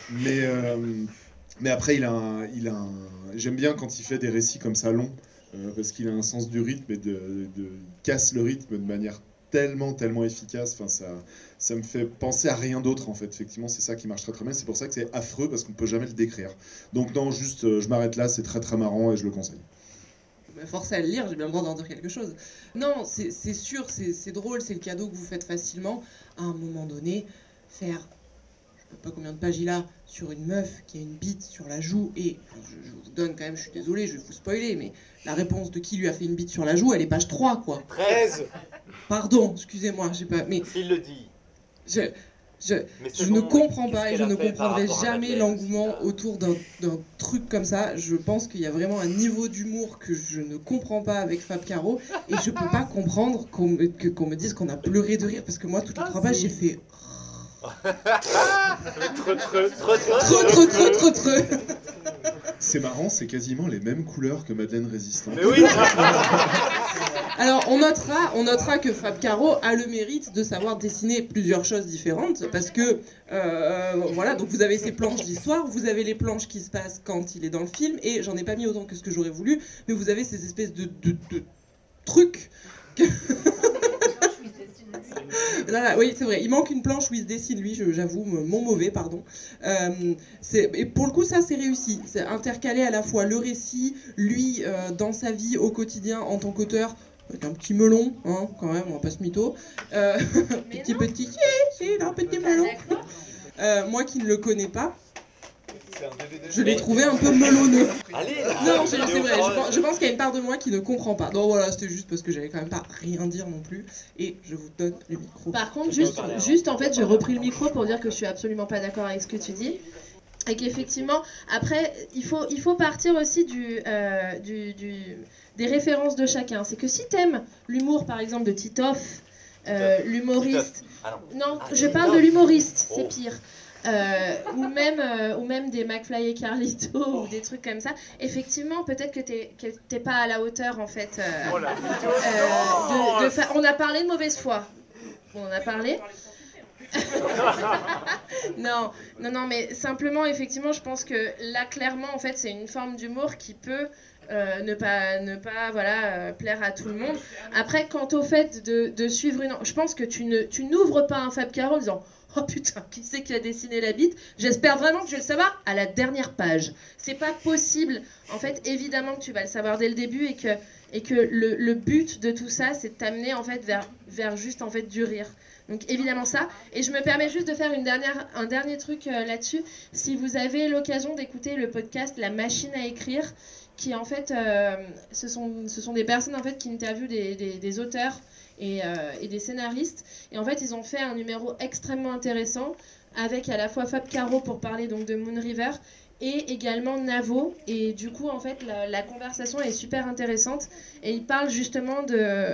Mais après, j'aime bien quand il fait des récits comme ça longs, parce qu'il a un sens du rythme et casse le rythme de manière tellement efficace. Enfin, ça me fait penser à rien d'autre en fait. Effectivement, c'est ça qui marche très bien. C'est pour ça que c'est affreux, parce qu'on peut jamais le décrire. Donc non, juste je m'arrête là, c'est très marrant et je le conseille. Forcé à le lire, j'ai bien le droit d'en dire quelque chose. Non, c'est sûr, c'est drôle, c'est le cadeau que vous faites facilement. À un moment donné, faire, je sais pas combien de pages il a, sur une meuf qui a une bite sur la joue, et je vous donne quand même, je suis désolé, je vais vous spoiler, mais la réponse de qui lui a fait une bite sur la joue, elle est page 3, quoi. 13. Pardon, excusez-moi, j'ai pas... Mais s'il le dit. Je ne comprends pas et je ne comprendrai jamais l'engouement autour d'un truc comme ça. Je pense qu'il y a vraiment un niveau d'humour que je ne comprends pas avec Fab Caro et je peux pas comprendre qu'on me dise qu'on a pleuré de rire parce que moi, toutes les 3 pages, j'ai fait... Trop. C'est marrant, c'est quasiment les mêmes couleurs que Madeleine Résistante. Mais oui. Alors on notera que Fab Caro a le mérite de savoir dessiner plusieurs choses différentes parce que voilà, donc vous avez ces planches d'histoire, vous avez les planches qui se passent quand il est dans le film et j'en ai pas mis autant que ce que j'aurais voulu, mais vous avez ces espèces de trucs que... Là, oui, c'est vrai, il manque une planche où il se dessine, lui, j'avoue, mon mauvais, pardon. Et pour le coup, ça, c'est réussi. C'est intercalé à la fois le récit, lui, dans sa vie au quotidien en tant qu'auteur, avec un petit melon, hein, quand même, on va pas se mytho. Petit, il a un petit melon. Moi qui ne le connais pas, je l'ai trouvé un peu melonneux. Allez, non, c'est vrai, je pense qu'il y a une part de moi qui ne comprend pas. Non, voilà, c'était juste parce que j'avais quand même pas rien dire non plus. Et je vous donne le micro. Par contre, juste en fait, j'ai repris le micro pour dire que je suis absolument pas d'accord avec ce que tu dis. Et qu'effectivement, après, il faut partir aussi des références de chacun. C'est que si t'aimes l'humour, par exemple, de Titoff, l'humoriste... Non, je parle de l'humoriste, c'est pire. Ou même des McFly et Carlito ou des trucs comme ça. Effectivement, peut-être que t'es pas à la hauteur en fait. On a parlé de mauvaise foi. On en a parlé. non, mais simplement, effectivement, je pense que là, clairement, en fait, c'est une forme d'humour qui peut ne pas plaire à tout le monde. Après, quant au fait de suivre je pense que tu n'ouvres pas un Fab Caro en disant « Oh putain, qui c'est qui a dessiné la bite ?» J'espère vraiment que je vais le savoir à la dernière page. C'est pas possible. En fait, évidemment que tu vas le savoir dès le début et que le but de tout ça, c'est de t'amener en fait vers juste en fait du rire. Donc évidemment ça. Et je me permets juste de faire un dernier truc là-dessus. Si vous avez l'occasion d'écouter le podcast La Machine à écrire, qui en fait, ce sont des personnes en fait qui interviewent des auteurs et des scénaristes. Et en fait, ils ont fait un numéro extrêmement intéressant avec à la fois Fab Caro pour parler donc de Moon River et également Navo. Et du coup, en fait, la conversation est super intéressante. Et ils parlent justement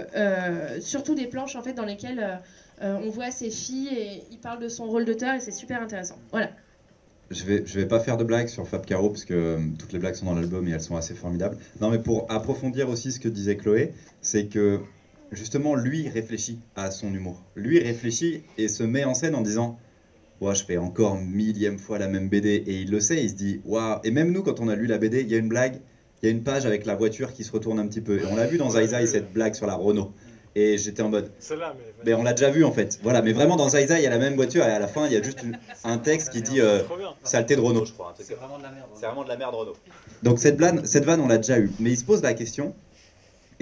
surtout des planches en fait dans lesquelles on voit ses filles et ils parlent de son rôle d'auteur et c'est super intéressant. Voilà. Je vais pas faire de blagues sur Fab Caro parce que toutes les blagues sont dans l'album et elles sont assez formidables. Non, mais pour approfondir aussi ce que disait Chloé, c'est que justement lui réfléchit à son humour. Lui réfléchit et se met en scène en disant « Ouais, je fais encore 1000e fois la même BD » et il le sait, il se dit « Waouh !» Et même nous, quand on a lu la BD, il y a une blague, il y a une page avec la voiture qui se retourne un petit peu. Et on l'a vu dans Zai Zai, cette blague sur la Renault. Et j'étais en mode, mais on l'a déjà vu en fait. Voilà, mais vraiment dans Zai Zai, il y a la même voiture et à la fin, il y a juste un texte qui dit saleté de Renault, je crois. C'est vraiment de la merde. C'est vraiment de la merde Renault. Donc cette vanne, on l'a déjà eu. Mais il se pose la question, et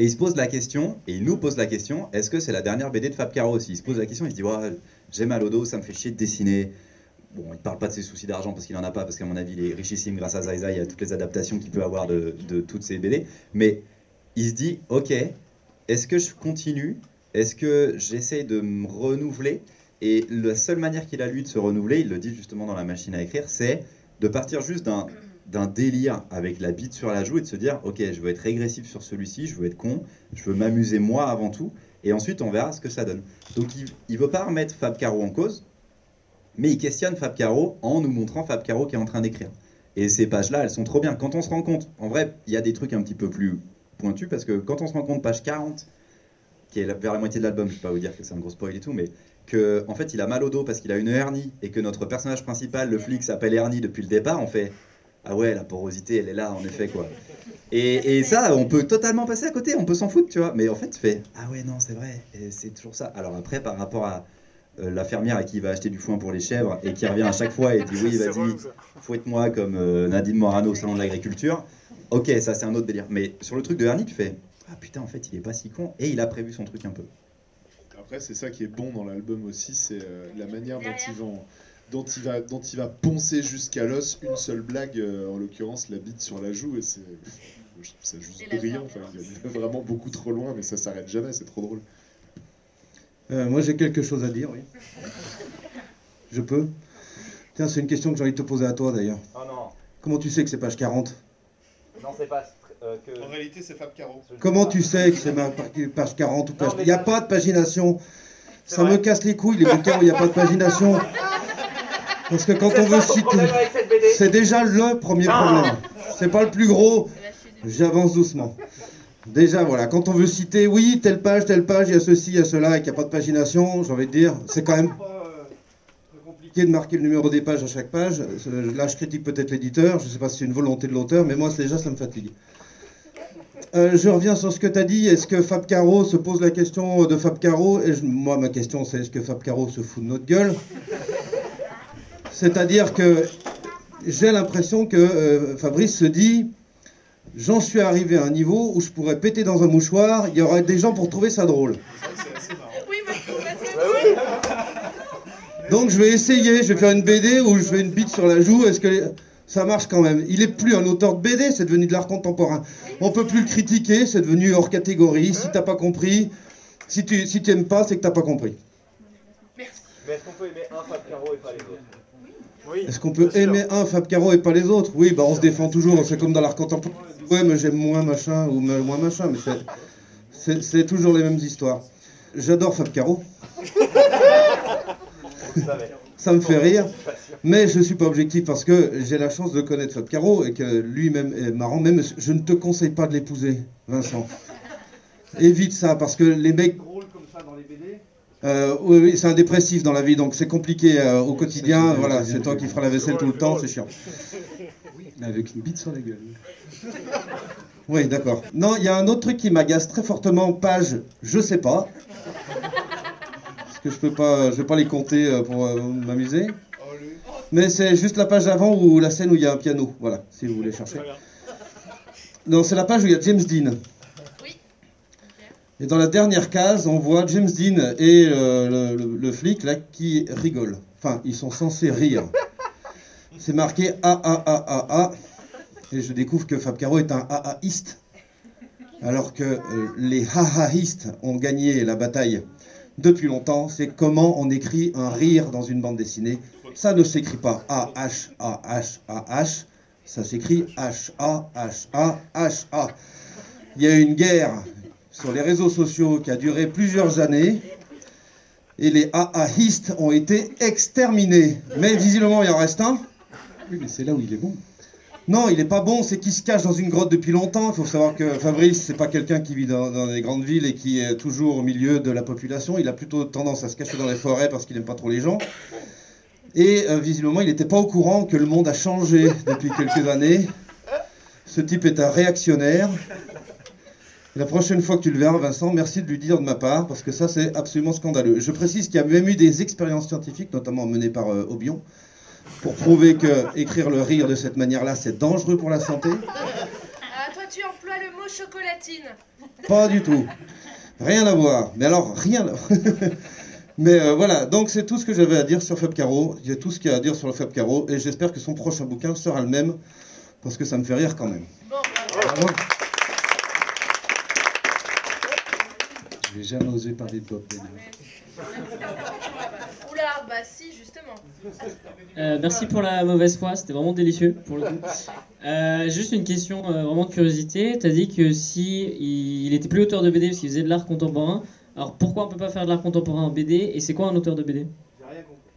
il nous pose la question, est-ce que c'est la dernière BD de Fab Caro aussi ? Il se pose la question, il se dit, ouais, j'ai mal au dos, ça me fait chier de dessiner. Bon, il parle pas de ses soucis d'argent parce qu'il en a pas, parce qu'à mon avis, il est richissime grâce à Zai Zai, il y a toutes les adaptations qu'il peut avoir de toutes ses BD. Mais il se dit, ok. Est-ce que je continue ? Est-ce que j'essaye de me renouveler ? Et la seule manière qu'il a, lui, de se renouveler, il le dit justement dans La Machine à écrire, c'est de partir juste d'un délire avec la bite sur la joue et de se dire « Ok, je veux être régressif sur celui-ci, je veux être con, je veux m'amuser moi avant tout, et ensuite on verra ce que ça donne. » Donc il ne veut pas remettre Fab Caro en cause, mais il questionne Fab Caro en nous montrant Fab Caro qui est en train d'écrire. Et ces pages-là, elles sont trop bien. Quand on se rend compte, en vrai, il y a des trucs un petit peu plus pointu parce que quand on se rend compte, page 40, qui est vers la moitié de l'album, je ne vais pas vous dire que c'est un gros spoil et tout, mais qu'en fait il a mal au dos parce qu'il a une hernie et que notre personnage principal, le flic, s'appelle Ernie depuis le départ, on fait ah ouais, la porosité elle est là en effet quoi. Et ça, on peut totalement passer à côté, on peut s'en foutre, tu vois, mais en fait tu fais ah ouais, non, c'est vrai, et c'est toujours ça. Alors après, par rapport à la fermière à qui il va acheter du foin pour les chèvres et qui revient à chaque fois et dit oui, vas-y, fouette-moi comme Nadine Morano au salon de l'agriculture. Ok, ça c'est un autre délire. Mais sur le truc de Ernie, tu fais ah putain, en fait, il est pas si con et il a prévu son truc un peu. Après, c'est ça qui est bon dans l'album aussi, c'est la manière dont il va poncer jusqu'à l'os une seule blague, en l'occurrence la bite sur la joue, et je trouve ça juste brillant. Enfin, il va vraiment beaucoup trop loin, mais ça s'arrête jamais, c'est trop drôle. Moi, j'ai quelque chose à dire, oui. Je peux. Tiens, c'est une question que j'ai envie de te poser à toi d'ailleurs. Oh non. Comment tu sais que c'est page 40? Non, c'est pas que... En réalité, c'est Fab Caro. Comment tu sais que c'est page 40 ou page... Il n'y a pas de pagination. Ça vrai. me casse les couilles les boutons où il n'y a pas de pagination. Parce que quand on veut citer... C'est déjà le premier problème. C'est pas le plus gros. J'avance doucement. Déjà, voilà, quand on veut citer, oui, telle page, il y a ceci, il y a cela, et qu'il n'y a pas de pagination, j'ai envie de dire, c'est quand même compliqué de marquer le numéro des pages à chaque page. Là, je critique peut-être l'éditeur, je ne sais pas si c'est une volonté de l'auteur, mais moi, déjà, ça me fatigue. Je reviens sur ce que tu as dit. Est-ce que Fab Caro se pose la question de Fab Caro? Moi, ma question, c'est est-ce que Fab Caro se fout de notre gueule? C'est-à-dire que j'ai l'impression que Fabrice se dit... J'en suis arrivé à un niveau où je pourrais péter dans un mouchoir, il y aurait des gens pour trouver ça drôle. Donc je vais essayer, je vais faire une BD où je fais une bite sur la joue, est-ce que ça marche quand même? Il est plus un auteur de BD, c'est devenu de l'art contemporain. On peut plus le critiquer, c'est devenu hors catégorie. Si t'as pas compris, si tu aimes pas, c'est que t'as pas compris. Mais est-ce qu'on peut aimer un Fab Caro et pas les autres? Oui, est-ce qu'on peut aimer un Fab Caro et pas les autres? Oui, bah on se défend toujours, c'est comme dans l'art contemporain. Ouais, mais j'aime moins machin ou moins machin, mais c'est toujours les mêmes histoires. J'adore Fab Caro. Ça me fait rire, mais je ne suis pas objectif parce que j'ai la chance de connaître Fab Caro et que lui-même est marrant. Même je ne te conseille pas de l'épouser, Vincent. Évite ça parce que les mecs drôles comme ça dans les BD. Oui, c'est un dépressif dans la vie, donc c'est compliqué au quotidien. Voilà, c'est toi qui feras la vaisselle tout le temps, c'est chiant. Mais avec une bite sur la gueule. Oui, d'accord. Non, il y a un autre truc qui m'agace très fortement, page, je sais pas. Parce que je vais pas les compter pour m'amuser. Mais c'est juste la page avant ou la scène où il y a un piano, voilà, si vous voulez chercher. Non, c'est la page où il y a James Dean. Et dans la dernière case, on voit James Dean et le flic là qui rigolent. Enfin, ils sont censés rire. C'est marqué A. Et je découvre que Fab Caro est un AAiste. Alors que les AAistes ont gagné la bataille depuis longtemps. C'est comment on écrit un rire dans une bande dessinée. Ça ne s'écrit pas A-H-A-H-A-H. Ça s'écrit H-A-H-A-H-A. Il y a eu une guerre sur les réseaux sociaux qui a duré plusieurs années. Et les AAistes ont été exterminés. Mais visiblement, il en reste un. Oui, mais c'est là où il est bon. Non, il n'est pas bon, c'est qu'il se cache dans une grotte depuis longtemps. Il faut savoir que Fabrice, c'est pas quelqu'un qui vit dans les grandes villes et qui est toujours au milieu de la population. Il a plutôt tendance à se cacher dans les forêts parce qu'il n'aime pas trop les gens. Et visiblement, il n'était pas au courant que le monde a changé depuis quelques années. Ce type est un réactionnaire. La prochaine fois que tu le verras, Vincent, merci de lui dire de ma part, parce que ça, c'est absolument scandaleux. Je précise qu'il y a même eu des expériences scientifiques, notamment menées par Aubion, pour prouver que écrire le rire de cette manière-là, c'est dangereux pour la santé. Ah, toi, tu emploies le mot chocolatine. Pas du tout. Rien à voir. Mais alors, rien. Mais voilà, donc c'est tout ce que j'avais à dire sur Fab Caro. Il y a tout ce qu'il y a à dire sur le Fab Caro, et j'espère que son prochain bouquin sera le même, parce que ça me fait rire quand même. Bravo. Je n'ai jamais osé parler de Bob Denard. Oula, bah si, justement. Merci pour la mauvaise foi, c'était vraiment délicieux pour le coup. Juste une question vraiment de curiosité. Tu as dit que si il était plus auteur de BD parce qu'il faisait de l'art contemporain, alors pourquoi on peut pas faire de l'art contemporain en BD et c'est quoi un auteur de BD? J'ai rien compris.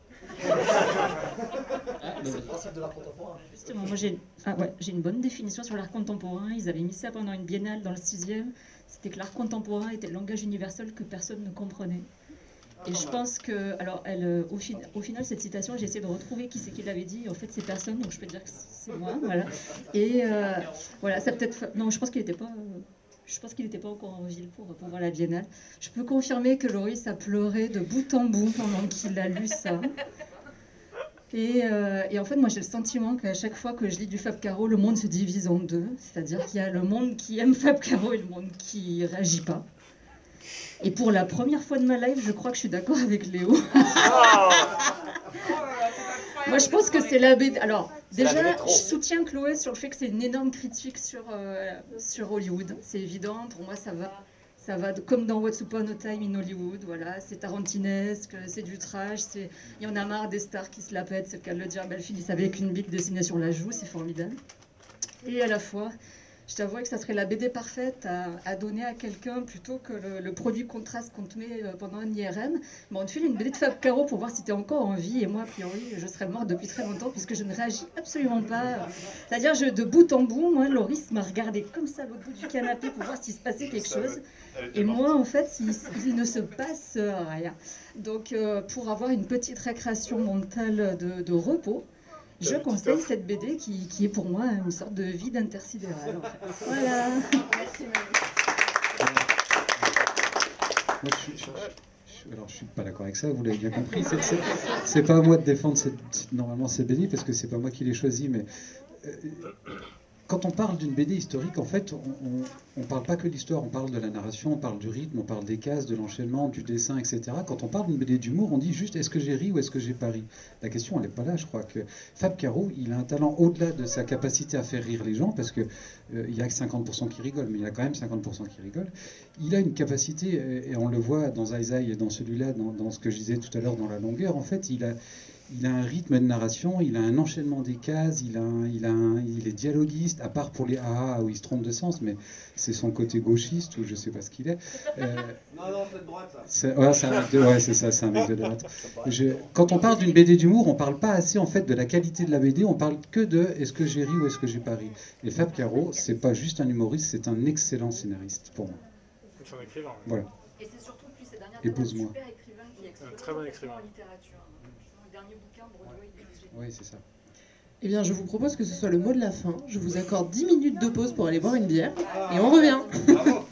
C'est le principe de l'art contemporain. Justement, moi j'ai une bonne définition sur l'art contemporain. Ils avaient mis ça pendant une biennale dans le 6e. C'était que l'art contemporain était le langage universel que personne ne comprenait. Et je pense que, alors, au final, cette citation, j'ai essayé de retrouver qui c'est qui l'avait dit. En fait, c'est personne, donc je peux dire que c'est moi, voilà. Et voilà, ça peut-être. Non, je pense qu'il n'était pas. Je pense qu'il n'était pas encore en ville pour voir la biennale. Je peux confirmer que Loris a pleuré de bout en bout pendant qu'il a lu ça. Et en fait, moi, j'ai le sentiment qu'à chaque fois que je lis du Fab Caro, le monde se divise en deux. C'est-à-dire qu'il y a le monde qui aime Fab Caro et le monde qui réagit pas. Et pour la première fois de ma life, je crois que je suis d'accord avec Léo. Moi, je pense que c'est la BD. Alors, déjà, je soutiens Chloé sur le fait que c'est une énorme critique sur Hollywood. C'est évident. Pour moi, ça Ça va comme dans What's Upon a Time in Hollywood, voilà, c'est tarantinesque, c'est du trash, il y en a marre des stars qui se la pètent, c'est le cas de le dire, elles finissent avec une bite dessinée sur la joue, c'est formidable. Et à la fois, je t'avoue que ça serait la BD parfaite à donner à quelqu'un plutôt que le produit contraste qu'on te met pendant un IRM. Mais on te file une BD de Fab Caro pour voir si tu es encore en vie. Et moi, a priori, je serais morte depuis très longtemps puisque je ne réagis absolument pas. C'est-à-dire, de bout en bout, moi, Loris m'a regardé comme ça à l'autre bout du canapé pour voir s'il se passait quelque chose. Et moi, en fait, il ne se passe rien. Donc, pour avoir une petite récréation mentale de repos, je conseille cette BD qui est pour moi une sorte de vide intersidéral. En fait. Voilà. Moi, alors, je suis pas d'accord avec ça, vous l'avez bien compris. C'est pas à moi de défendre normalement ces BD, parce que c'est pas moi qui les choisis, mais quand on parle d'une BD historique, en fait, on parle pas que de l'histoire, on parle de la narration, on parle du rythme, on parle des cases, de l'enchaînement, du dessin, etc. Quand on parle d'une BD d'humour, on dit juste est-ce que j'ai ri ou est-ce que j'ai pas ri. La question, elle n'est pas là. Je crois que Fab Caro, il a un talent au-delà de sa capacité à faire rire les gens, parce que il y a que 50% qui rigolent, mais il y a quand même 50% qui rigolent. Il a une capacité, et on le voit dans Zai Zai et dans celui-là, dans ce que je disais tout à l'heure, dans la longueur, en fait, il a un rythme de narration, il a un enchaînement des cases, il est dialoguiste, à part pour les AA où il se trompe de sens, mais c'est son côté gauchiste ou je sais pas ce qu'il est. Non, c'est de droite, ça. C'est un mec de droite. Quand on parle d'une BD d'humour, on parle pas assez en fait de la qualité de la BD, on parle que de est-ce que j'ai ri ou est-ce que j'ai pas ri. Et Fab Caro, c'est pas juste un humoriste, c'est un excellent scénariste pour moi. C'est un écrivain. Voilà. Et c'est surtout depuis ces dernières années un super écrivain qui explique un très bon écrivain en littérature. Dernier bouquin, Broadway, oui, c'est ça. Eh bien, je vous propose que ce soit le mot de la fin. Je vous accorde 10 minutes de pause pour aller boire une bière et on revient. Bravo.